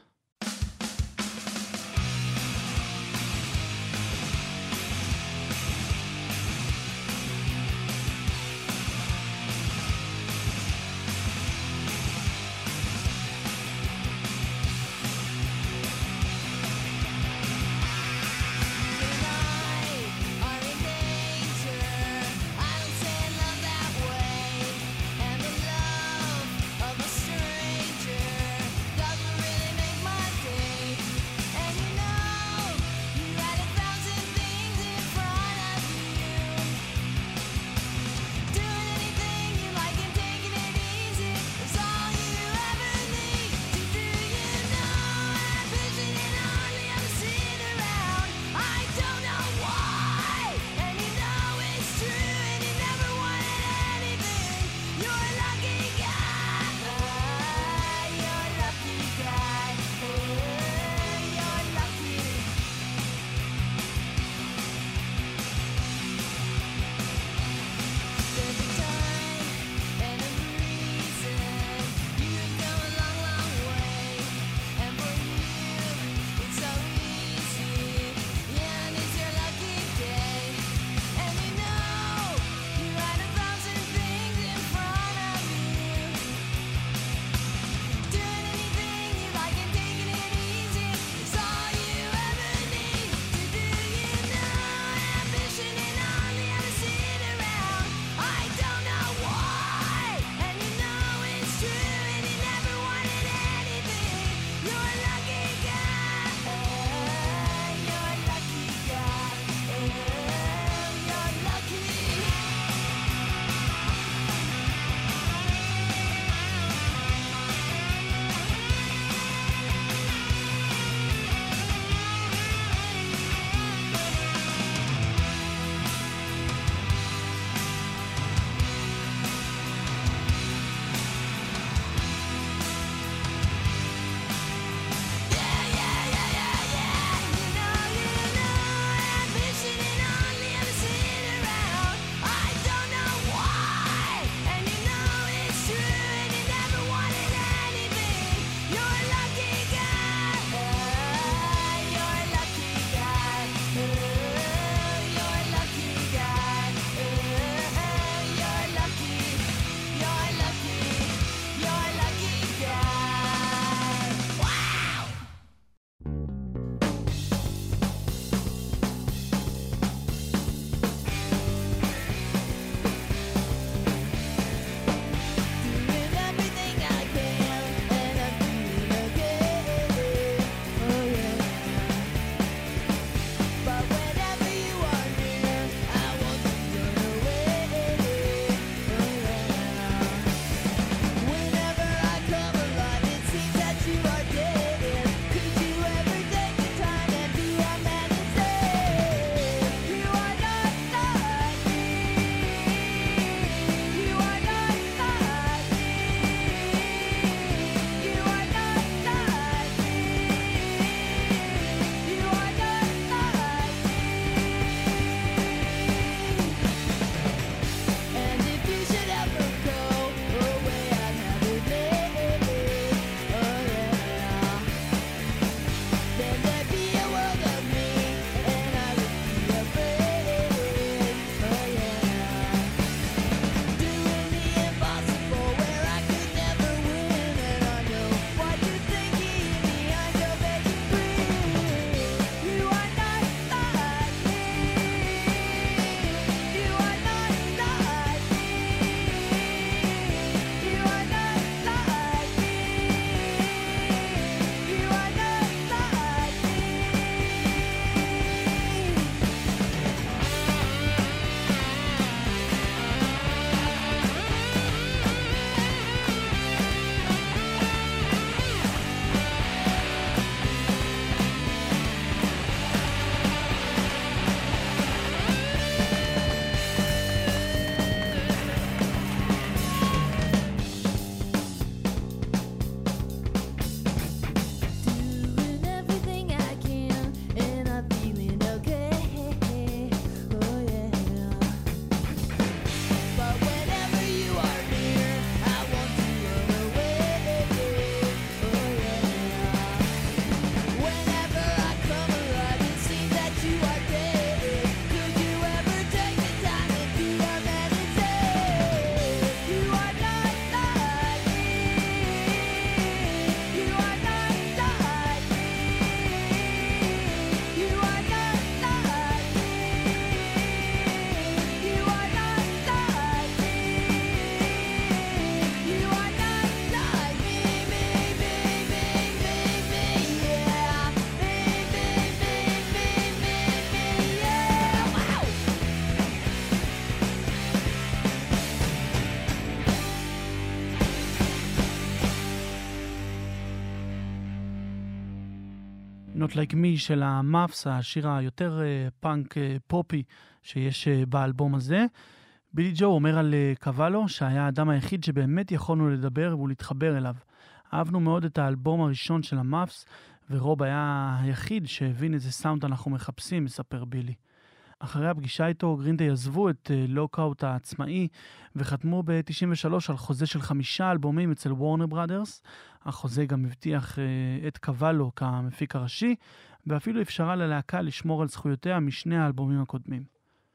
Not Like Me של המאפס, השיר היותר פאנק פופי שיש באלבום הזה. בילי ג'ו אומר על קוואלו שהיה האדם היחיד שבאמת יכולנו לדבר ולהתחבר אליו. אהבנו מאוד את האלבום הראשון של המאפס, ורוב היה היחיד שהבין איזה סאונד אנחנו מחפשים, מספר בילי. אחרי הפגישה איתו, גרין דיי עזבו את לוקאוט העצמאי, וחתמו ב-93 על חוזה של 5 אלבומים אצל וורנר ברודרס. החוזה גם הבטיח את קוואלו כמפיק הראשי, ואפילו אפשרה ללהקה לשמור על זכויותיה משני האלבומים הקודמים.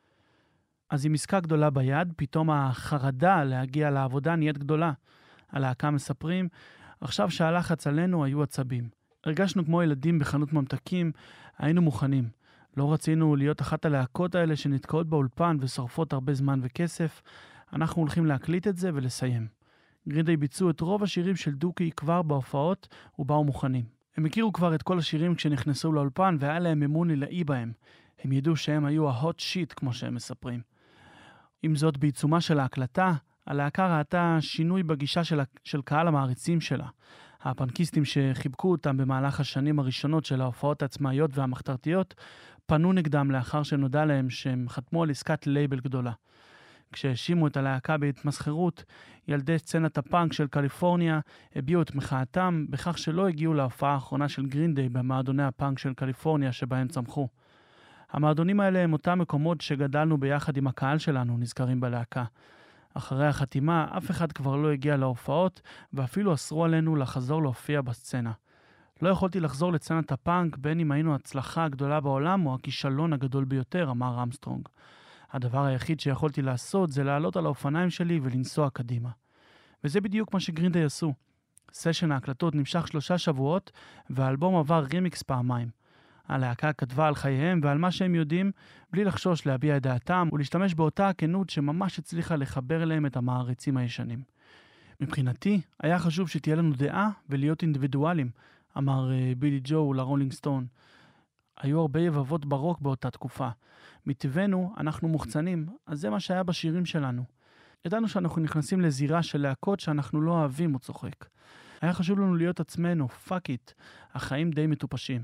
אז עם עסקה גדולה ביד, פתאום החרדה להגיע לעבודה נהיית גדולה. הלהקה מספרים, עכשיו שהלחץ עלינו היו עצבים. הרגשנו כמו ילדים בחנות ממתקים, היינו מוכנים. לא רצינו להיות אחת הלהקות האלה שנתקעות באולפן ושורפות הרבה זמן וכסף. אנחנו הולכים להקליט את זה ולסיים. גרין דיי ביצעו את רוב השירים של דוקי כבר בהופעות ובאו מוכנים. הם הכירו כבר את כל השירים כשנכנסו לאולפן והיה להם אמון עילאי בהם. הם ידעו שהם היו ההוט שיט כמו שהם מספרים. עם זאת, בעיצומה של ההקלטה, הלהקה ראתה שינוי בגישה של קהל המעריצים שלה. הפנקיסטים שחיבקו אותם במהלך השנים הראשונות של ההופעות העצמאיות והמחתרתיות, פנו נגדם לאחר שנודע להם שהם חתמו על עסקת לייבל גדולה. כשהאשימו את הלהקה בהתמסחרות, ילדי סצנת הפאנק של קליפורניה הביעו את מחאתם בכך שלא הגיעו להופעה האחרונה של גרין דיי במועדוני הפאנק של קליפורניה שבהם צמחו. המועדונים האלה הם אותם מקומות שגדלנו ביחד עם הקהל שלנו, נזכרים בלהקה. אחרי החתימה, אף אחד כבר לא הגיע להופעות, ואפילו אסרו עלינו לחזור להופיע בסצנה. לא יכולתי לחזור לסצנת הפאנק, בין אם היינו הצלחה הגדולה בעולם או הכישלון הגדול ביותר, אמר אמסטרונג. הדבר היחיד שיכולתי לעשות זה לעלות על האופניים שלי ולנסוע קדימה. וזה בדיוק מה שגרין דיי עשו. סשן ההקלטות נמשך 3 שבועות, והאלבום עבר רימיקס פעמיים. הלהקה כתבה על חייהם ועל מה שהם יודעים, בלי לחשוש להביע את דעתם ולהשתמש באותה הכנות שממש הצליחה לחבר אליהם את המעריצים הישנים. מבחינתי, היה חשוב שתהיה לנו דעה ולהיות אינדיבידואלים, אמר בילי ג'ו לרולינג סטון. היו הרבה יבבות ברוק באותה תקופה. מטבענו, אנחנו מוחצנים, אז זה מה שהיה בשירים שלנו. ידענו שאנחנו נכנסים לזירה של להקות שאנחנו לא אוהבים או צוחק. היה חשוב לנו להיות עצמנו, פאק איט, החיים די מטופשים.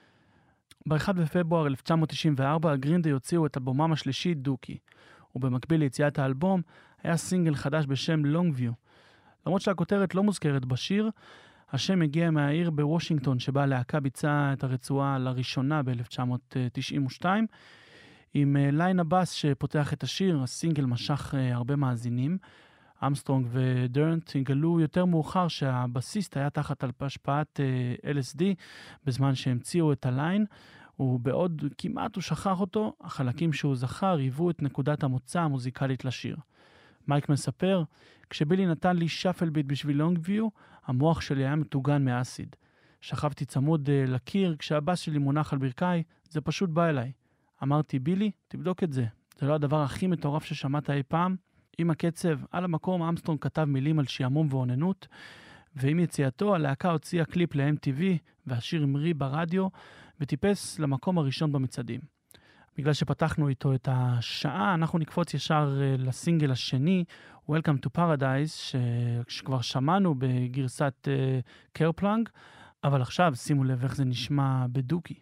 ב-1 בפברואר 1994 גרין דיי הוציאו את אלבומם השלישי דוקי, ובמקביל ליציאת האלבום היה סינגל חדש בשם לונגוויו. למרות שהכותרת לא מוזכרת בשיר, השם הגיע מהעיר בוושינגטון שבה הלהקה ביצעה את הרצועה לראשונה ב-1992. עם ליין הבאס שפותח את השיר, הסינגל משך הרבה מאזינים. אמסטרונג ודרנט הגלו יותר מאוחר שהבסיסט היה תחת השפעת LSD בזמן שהמציאו את הליין, ובעוד כמעט הוא שכח אותו, החלקים שהוא זכר היוו את נקודת המוצא המוזיקלית לשיר. מייק מספר, כשבילי נתן לי שפל ביט בשביל לונגוויו, המוח שלי היה מטוגן מאסיד. שכבתי צמוד לקיר, כשהבאס שלי מונח על ברכיי, זה פשוט בא אליי. אמרתי, בילי, תבדוק את זה. זה לא הדבר הכי מטורף ששמעת אי פעם. עם הקצב, על המקום אמסטרונג כתב מילים על שיעמום ועוננות, ועם יציאתו הלהקה הוציאה קליפ ל-MTV, והשיר המריא ברדיו, וטיפס למקום הראשון במצעדים. בגלל שפתחנו איתו את השעה, אנחנו נקפוץ ישר לסינגל השני, Welcome to Paradise, שכבר שמענו בגרסת קרפלנג, אבל עכשיו שימו לב איך זה נשמע בדוקי.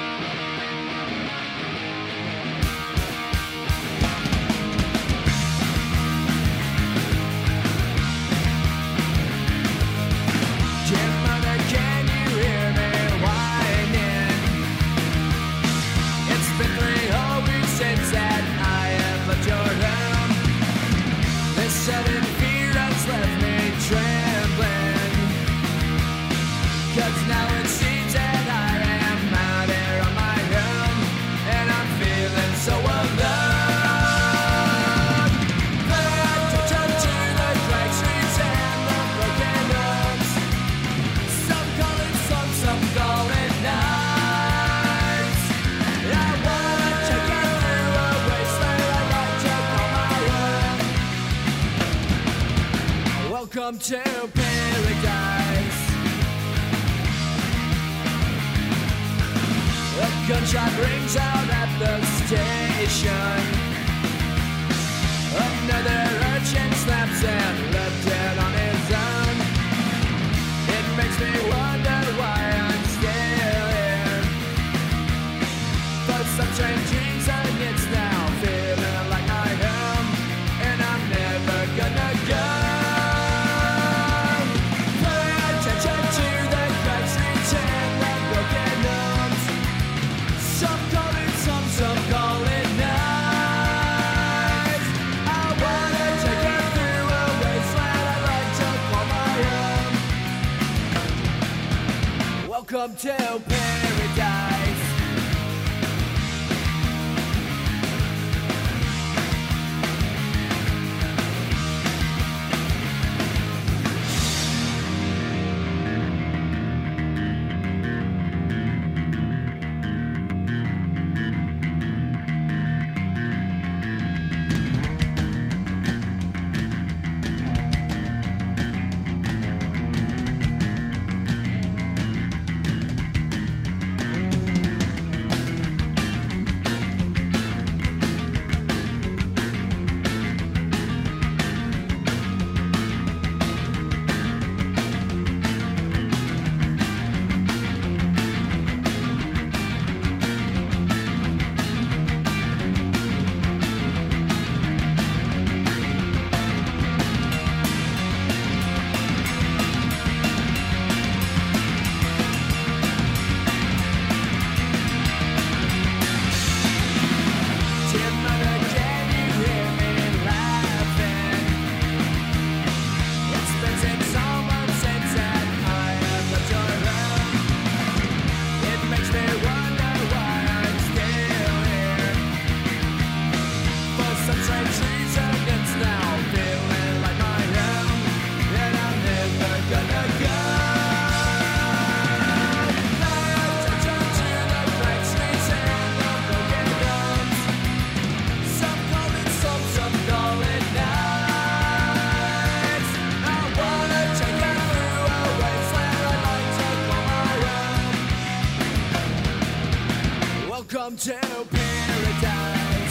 Sudden fear has left me trembling, 'cause now it seems that I am out here on my own, and I'm feeling so alone. But to turn to the bright streets and the broken roads, some call it sun, some call it nights. I wanna take it through a wasteland I like to call my own. Welcome to paradise. A gunshot rings out at the station. Another urchin snaps and left it on his own. It makes me wonder why I'm still here. Welcome to paradise. Welcome to paradise.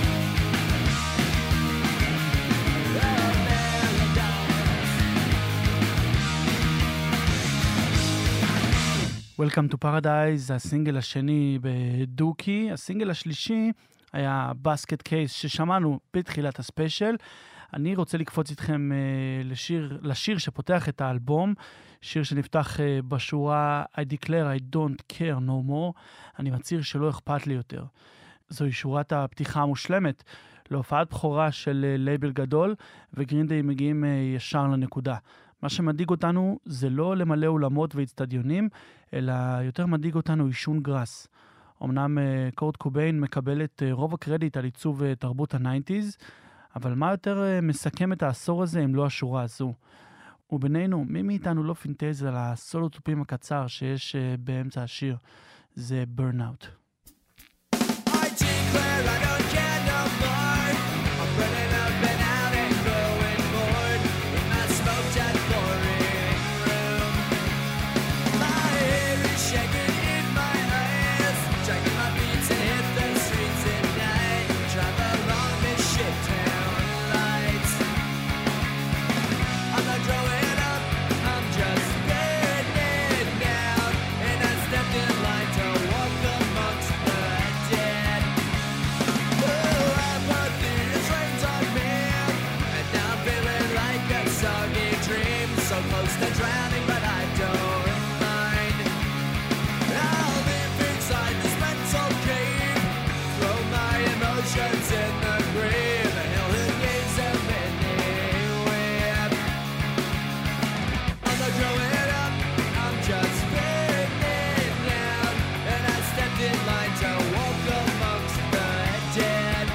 Welcome to Paradise, הסינגל השני בדוקי. הסינגל השלישי היה Basket Case ששמענו בתחילת הספיישל. אני רוצה לקפוץ איתכם לשיר שפותח את האלבום, שיר שנפתח בשורה I declare I don't care no more, אני מצהיר שלא אכפת לי יותר. זוהי שורת הפתיחה המושלמת להופעת בכורה של לייבל גדול, וגרין-דיי מגיעים ישר לנקודה. מה שמדאיג אותנו זה לא למלא אולמות והצטדיונים, אלא יותר מדאיג אותנו עישון גרס. אמנם קורט קוביין מקבל את רוב הקרדיט על עיצוב תרבות ה-90s, אבל מה יותר מסכם את העשור הזה אם לא השורה הזו? ובינינו, מי מאיתנו לא פינטז על הסולו טופים הקצר שיש באמצע השיר? זה Burnout. I declare I don't care no more. I'm burning up and out and growing bored in my smoked out boring room. My hair is shaking in my eyes, dragging my feet to hit the streets at night. Drive along this shit town lights. I'm not growing up, I'm just burning down, and I stepped in line to walk amongst the dead. Oh, apathy has rained on me, and now I'm feeling like a soggy dream, so close to drowning, but I don't mind. I'll live inside this mental cave, throw my emotions in the grave, and hell who gives them anywhere. I'm not growing up, I'm just burning down, and I stepped in line to walk amongst the dead.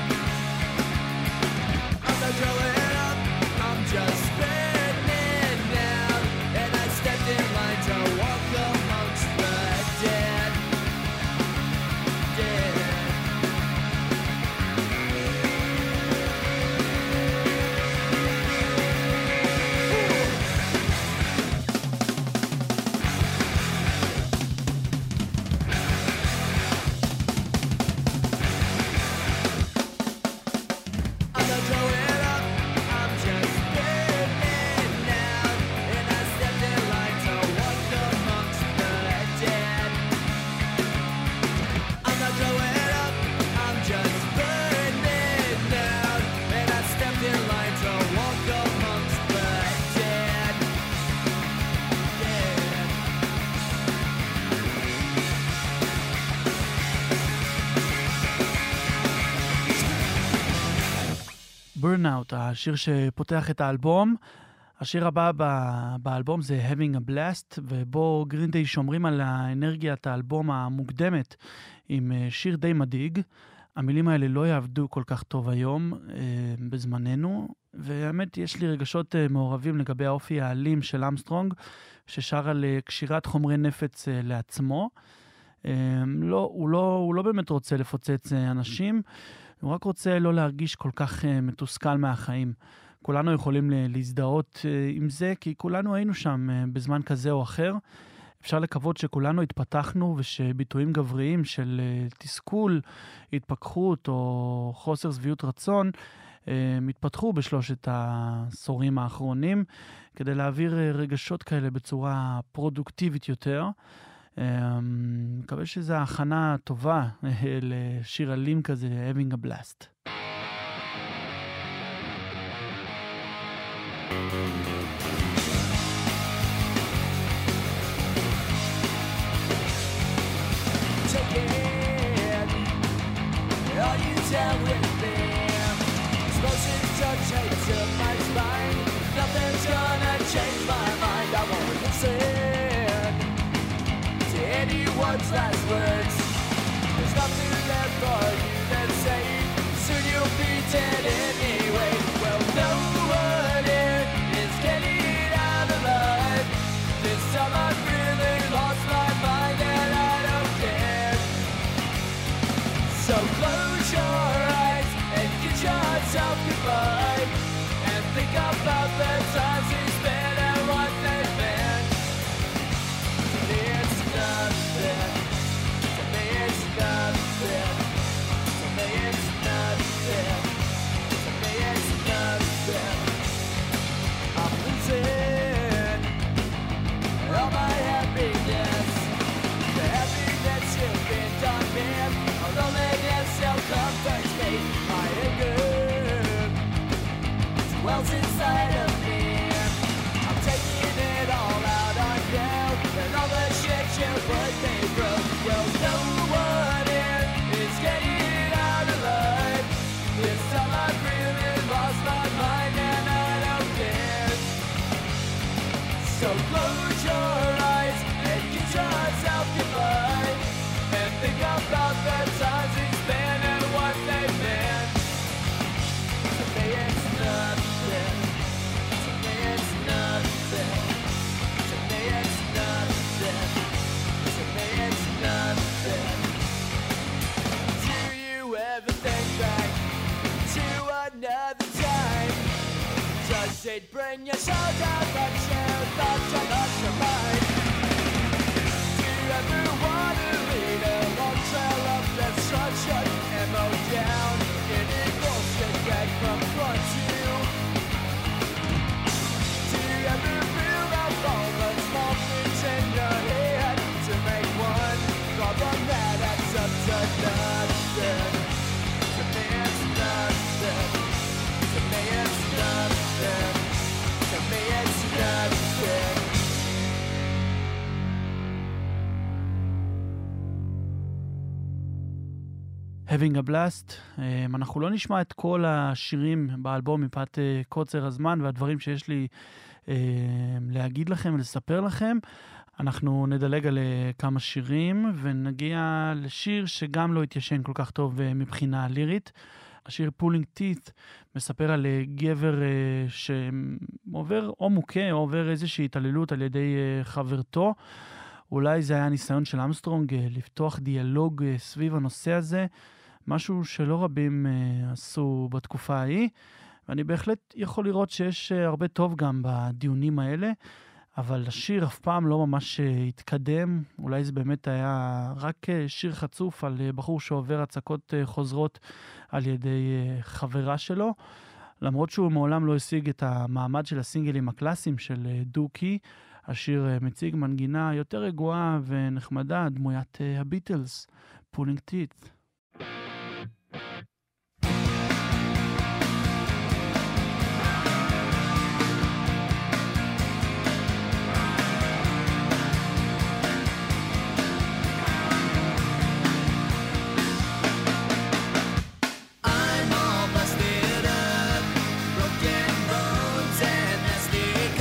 I'm not growing up, I'm just burning down, and I stepped in line to walk amongst the dead. Dead. I'm not growing up, I'm just burning down, and I stepped in line to walk amongst the dead. I'm not growing up, I'm just burning down, and I stepped in line to walk amongst the dead. Dead. Burnout, השיר שפותח את האלבום. השיר הבא באלבום זה Having a Blast, ובו גרין דיי שומרים על האנרגיית האלבום המוקדמת עם שיר די מדאיג. המילים האלה לא יעבדו כל כך טוב היום בזמננו, והאמת יש לי רגשות מעורבים לגבי האופי האלים של אמסטרונג, ששר על קשירת חומרי נפץ לעצמו. הוא לא באמת רוצה לפוצץ אנשים, הוא רק רוצה לא להרגיש כל כך מתוסכל מהחיים. כולנו יכולים להזדהות עם זה, כי כולנו היינו שם בזמן כזה או אחר. אפשר לקוות שכולנו התפתחנו, ושביטויים גבריים של תסכול, התפכחות או חוסר שביעות רצון, מתפתחו בשלושת העשורים האחרונים, כדי להעביר רגשות כאלה בצורה פרודוקטיבית יותר. מקווה שזו ההכנה טובה לשיר אלים כזה, Having a Blast. All you tell with me, explosions don't take to my spine. Nothing's gonna change my mind. I won't listen to anyone's last words. There's nothing left for you to say. Soon you'll be dead anyway. Well, no one here is getting out alive. This time I've really lost my mind and I don't care. So close your eyes and get yourself goodbye, and think about the times we spent and what they've been. To me it's nothing. To me it's nothing. To me it's nothing. To me it's nothing. I'm losing all my happiness. The happiness you've been done with. Loneliness still comforts me. My anger wells inside of me. I'm taking it all out on you, and all the shit you put me through. Well, no one here is getting out alive. This time I've really lost my mind and I don't care. So close your eyes and get yourself goodbye, and think about the times we spent and what they've been. To me it's nothing. To me it's nothing. To me it's nothing. To me it's nothing. Do you ever think back to another time? Does it bring your soul down but your thoughts are not your mind? Do you ever want to lead a long trail of destruction and mow down any bullshit that confronts you? Do you ever feel up all the small things in your head to make one problem that adds up to nothing? To me it's nothing. To me it's nothing. To me it's nothing. Having a Blast. אנחנו לא נשמע את כל השירים באלבום מפאת קוצר הזמן והדברים שיש לי להגיד לכם ולספר לכם. אנחנו נדלג על כמה שירים ונגיע לשיר שגם לא התיישן כל כך טוב מבחינה לירית. השיר Pulling Teeth מספר על גבר שעובר או מוכה או עובר איזושהי התעללות על ידי חברתו. אולי זה היה ניסיון של אמסטרונג לפתוח דיאלוג סביב הנושא הזה, משהו שלא רבים עשו בתקופה ההיא, ואני בהחלט יכול לראות שיש הרבה טוב גם בדיונים האלה, אבל השיר אף פעם לא ממש התקדם. אולי זה באמת היה רק שיר חצוף על בחור שעובר הצקות חוזרות על ידי חברה שלו, למרות שהוא מעולם לא השיג את המעמד של הסינגלים הקלאסיים של דוקי. השיר מציג מנגינה יותר רגועה ונחמדה, דמוית הביטלס, Pulling Teeth. I'm all busted up, broken bones and nasty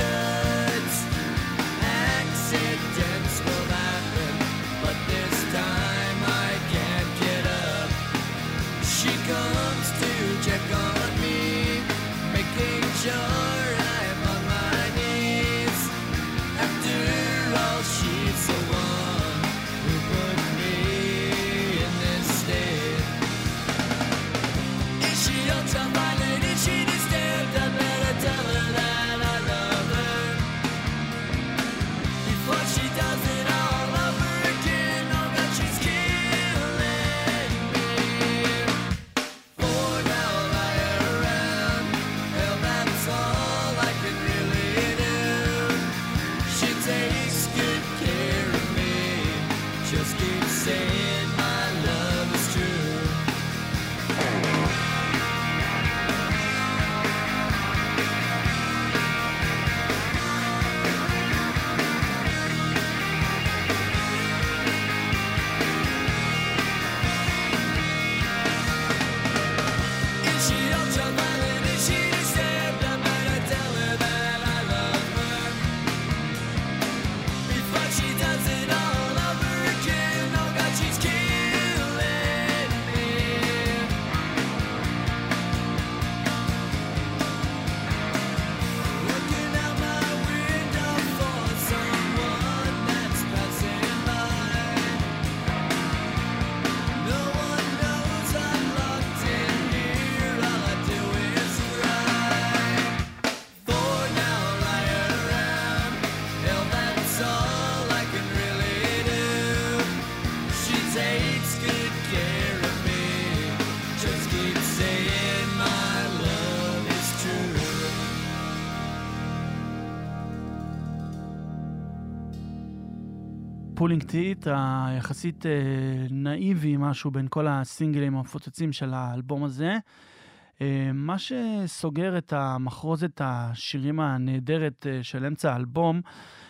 פולינג טיט, היחסית נאיבי משהו בין כל הסינגלים המפוצצים של האלבום הזה. מה שסוגר את המחרוזת השירים הנהדרת של אמצע האלבום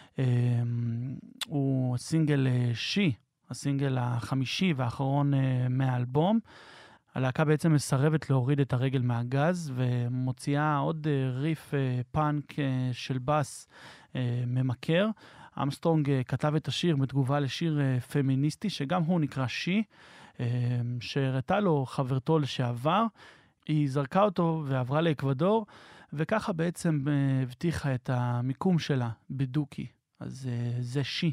הוא סינגל שי, הסינגל החמישי והאחרון מהאלבום. הלהקה בעצם מסרבת להוריד את הרגל מהגז ומוציאה עוד ריף פאנק של בס ממכר. אמסטרונג כתב את השיר בתגובה לשיר פמיניסטי שגם הוא נקרא שי, שהראתה לו חברתו לשעבר. היא זרקה אותו ועברה לאקוודור, וככה בעצם הבטיחה את המיקום שלה בדוקי. אז זה שי.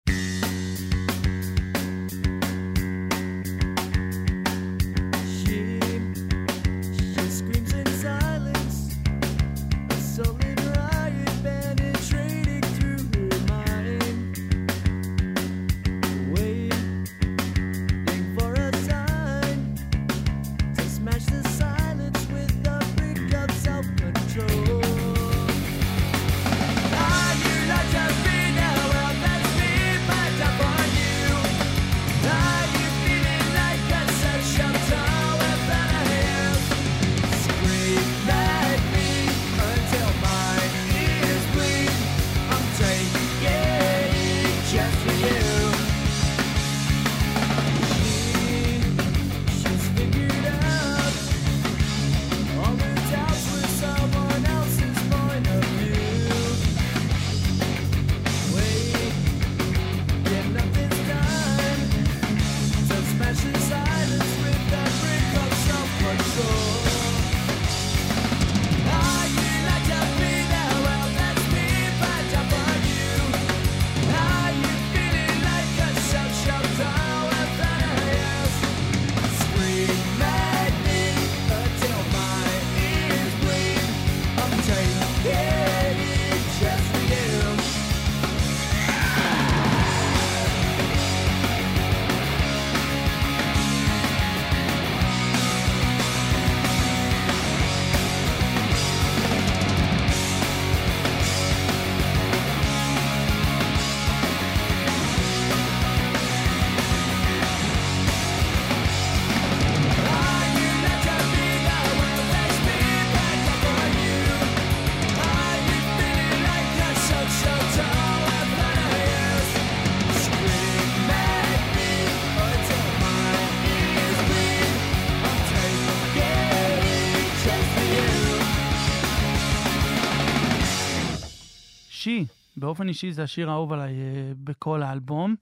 שי, באופן אישי זה השיר האהוב עליי בכל האלבום.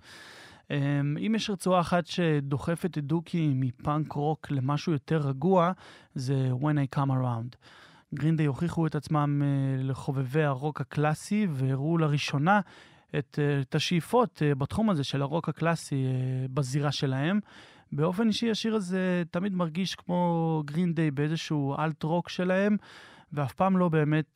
אם יש רצועה אחת שדוחפת את דוקי מפאנק רוק למשהו יותר רגוע, זה When I Come Around. גרין דיי הוכיחו את עצמם לחובבי הרוק הקלאסי, והראו לראשונה את השאיפות בתחום הזה של הרוק הקלאסי בזירה שלהם. באופן אישי השיר הזה תמיד מרגיש כמו גרין דיי באיזשהו אלט רוק שלהם, ואף פעם לא באמת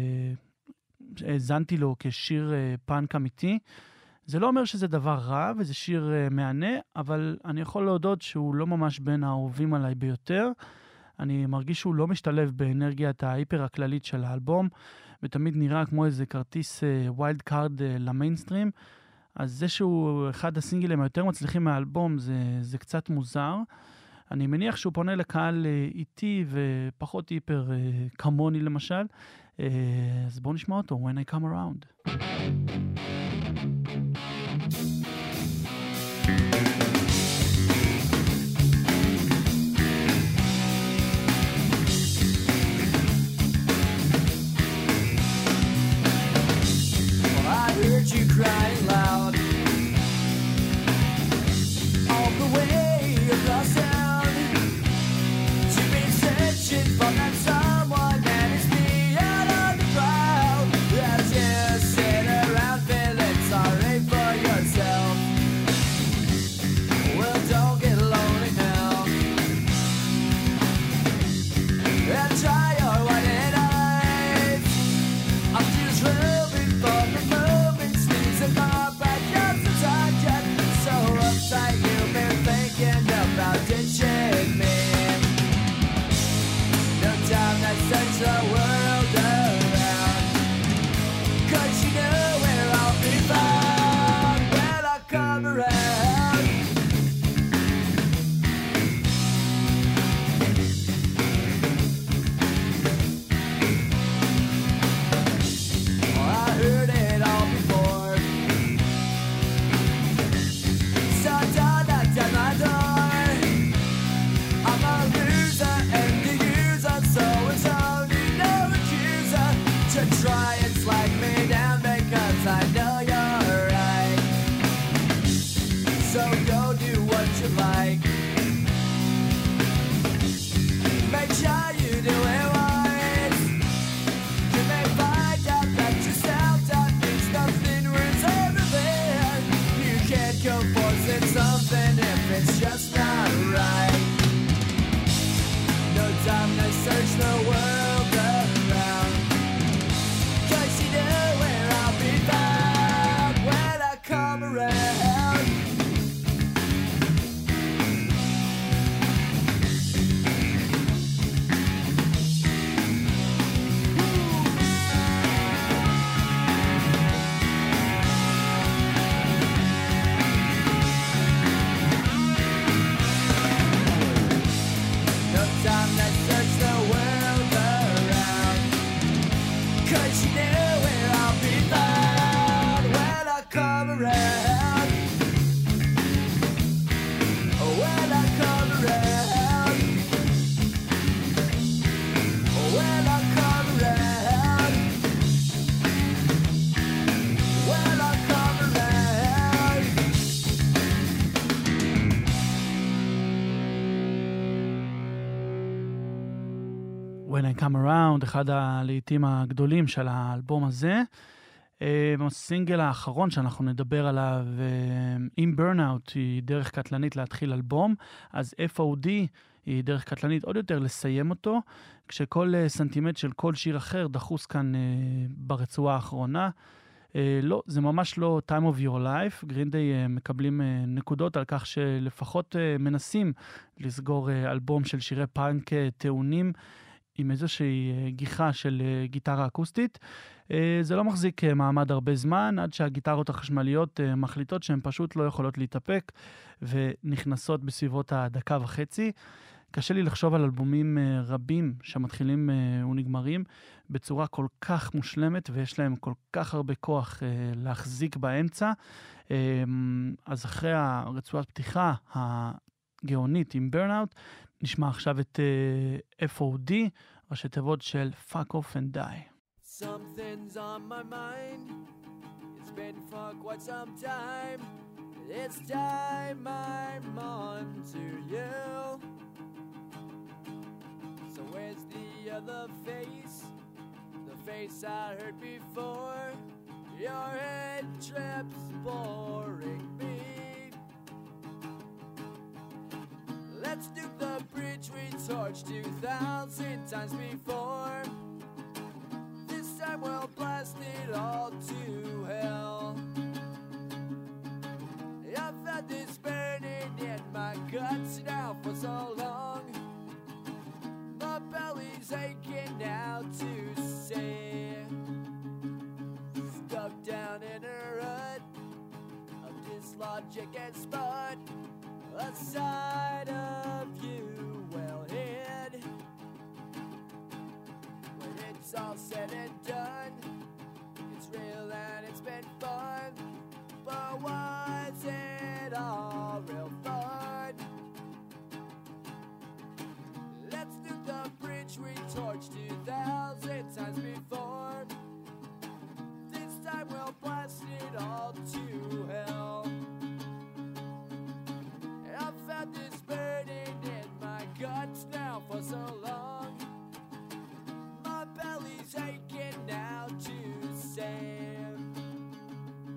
האזנתי לו כשיר פאנק אמיתי. זה לא אומר שזה דבר רע וזה שיר מענה, אבל אני יכול להודות שהוא לא ממש בין האהובים עליי ביותר. אני מרגיש שהוא לא משתלב באנרגיית ההיפר הכללית של האלבום, ותמיד נראה כמו איזה כרטיס ווילד קארד למיינסטרים. אז זה שהוא אחד הסינגלים היותר מצליחים מהאלבום, זה קצת מוזר. אני מניח שהוא פונה לקהל איטי ופחות היפר כמוני למשל. אז בואו נשמע אותו, When I Come Around. I heard you crying loud all the way across town. You've been searching for that someone that is beyond all the crowd. As you sit around feeling sorry for yourself. Well, don't get lonely now, and try your one and eyes. I'm just hoping for the moment, sneeze and pop. it's just not right. No time to search the world around, 'cause you know where I'll be found when I come around. No time to search the world around, 'cause you know where I'll be found when I come around. When I come around. When I come around. When I come around. When I Come Around, אחד הלעיתים הגדולים של האלבום הזה. הסינגל האחרון שאנחנו נדבר עליו, עם Burnout, היא דרך קטלנית להתחיל אלבום, אז FOD היא דרך קטלנית עוד יותר לסיים אותו, כשכל סנטימט של כל שיר אחר דחוס כאן ברצועה האחרונה. לא, זה ממש לא Time of Your Life. גרין-דיי מקבלים נקודות על כך שלפחות מנסים לסגור אלבום של שירי פאנק טעונים עם איזושהי גיחה של גיטרה אקוסטית. זה לא מחזיק מעמד הרבה זמן, עד שהגיטרות החשמליות מחליטות שהן פשוט לא יכולות להתאפק, ונכנסות בסביבות הדקה וחצי. קשה לי לחשוב על אלבומים רבים שמתחילים ונגמרים בצורה כל כך מושלמת, ויש להם כל כך הרבה כוח להחזיק באמצע. אז אחרי הרצועת פתיחה הגאונית עם Burnout, נשמע עכשיו את FOD, ראשי תיבות של Fuck Off and Die. Something's on my mind. It's been for quite some time. It's time I'm on to you. So where's the other face? The face I heard before. Your head trips boring me. Let's do the bridge we torched 2,000 times before. This time we'll blast it all to hell. I've had this burning in my guts now for so long. My belly's aching now to say. Stuck down in a rut of dislogic and spud. A side of you well hid. When it's all said and done, it's real and it's been fun. But was it all real fun? Let's do the bridge we torched 2,000 times before. This time we'll blast it all to hell. I've had this burning in my guts now for so long. My belly's aching now to say.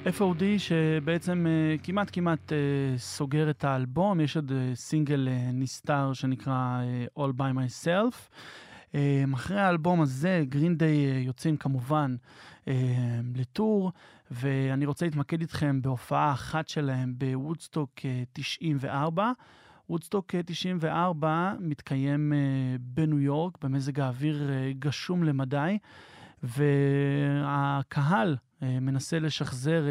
FOD שבעצם כמעט סוגר את האלבום. יש עוד סינגל נסתר שנקרא All by Myself. אחרי האלבום הזה גרין דיי יוצאים כמובן לטור, ואני רוצה להתמקד איתכם בהופעה אחת שלהם בוודסטוק 94. וודסטוק 94 מתקיים בניו יורק במזג האוויר גשום למדי, והקהל מנסה לשחזר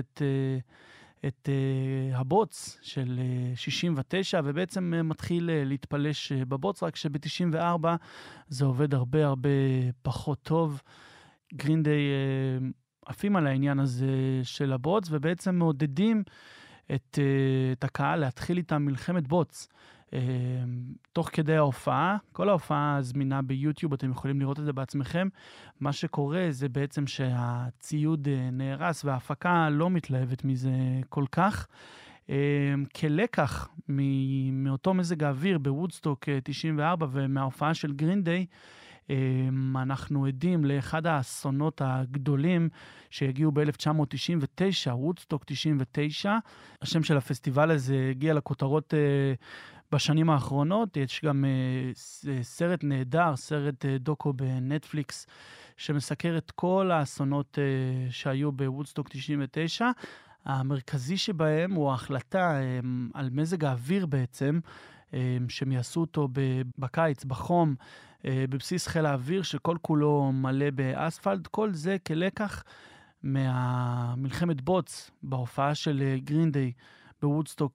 את הבוץ של 69, ובעצם מתחיל להתפלש בבוץ, רק שב-94 זה עובד הרבה פחות טוב. גרין דיי עפים על העניין הזה של הבוץ, ובעצם מעודדים את הקהל להתחיל איתם מלחמת בוץ. תוך כדי ההופעה, כל ההופעה זמינה ביוטיוב, אתם יכולים לראות את זה בעצמכם. מה שקורה זה בעצם שהציוד נהרס וההפקה לא מתלהבת מזה כל כך. כלקח מאותו מזג האוויר בוודסטוק 94 ומההופעה של גרין דיי, אנחנו עדים לאחד האסונות הגדולים שהגיעו ב-1999, וודסטוק 99. השם של הפסטיבל הזה הגיע לכותרות בשנים האחרונות. יש גם סרט נהדר, סרט דוקו בנטפליקס, שמסקר את כל האסונות שהיו בוודסטוק 99. המרכזי שבהם הוא ההחלטה על מזג האוויר בעצם, שהם יעשו אותו בקיץ, בחום, בבסיס חיל האוויר, שכל כולו מלא באספלט. כל זה כלקח מהמלחמת בוץ בהופעה של גרין דיי בוודסטוק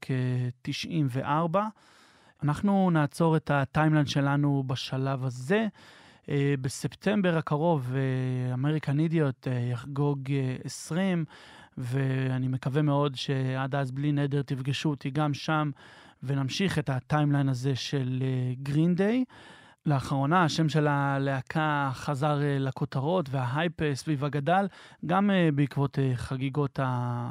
94. אנחנו נעצור את הטיימליין שלנו בשלב הזה. בספטמבר הקרוב אמריקן אידיוט יחגוג 20, ואני מקווה מאוד שעד אז בלי נדר תפגשו אותי גם שם, ונמשיך את הטיימליין הזה של גרין דיי. לאחרונה השם של הלהקה חזר לכותרות, וההייפ סביבה גדל, גם בעקבות חגיגות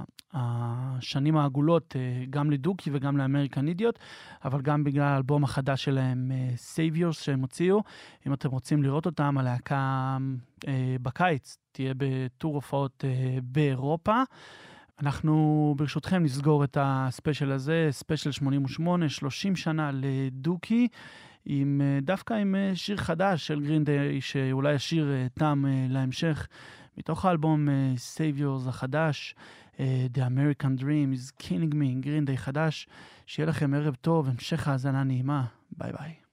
השנים העגולות, גם לדוקי וגם לאמריקן אידיוט, אבל גם בגלל האלבום החדש שלהם, Saviors, שהם הוציאו. אם אתם רוצים לראות אותם, הלהקה בקיץ תהיה בטור הופעות באירופה. אנחנו ברשותכם נסגור את הספיישל הזה, ספיישל 88, 30 שנה לדוקי, דווקא עם שיר חדש של גרין דיי, שאולי השיר טעם להמשך, מתוך האלבום Saviors החדש, The American Dream is Killing Me, גרין דיי חדש. שיהיה לכם ערב טוב, המשך האזנה נעימה, ביי ביי.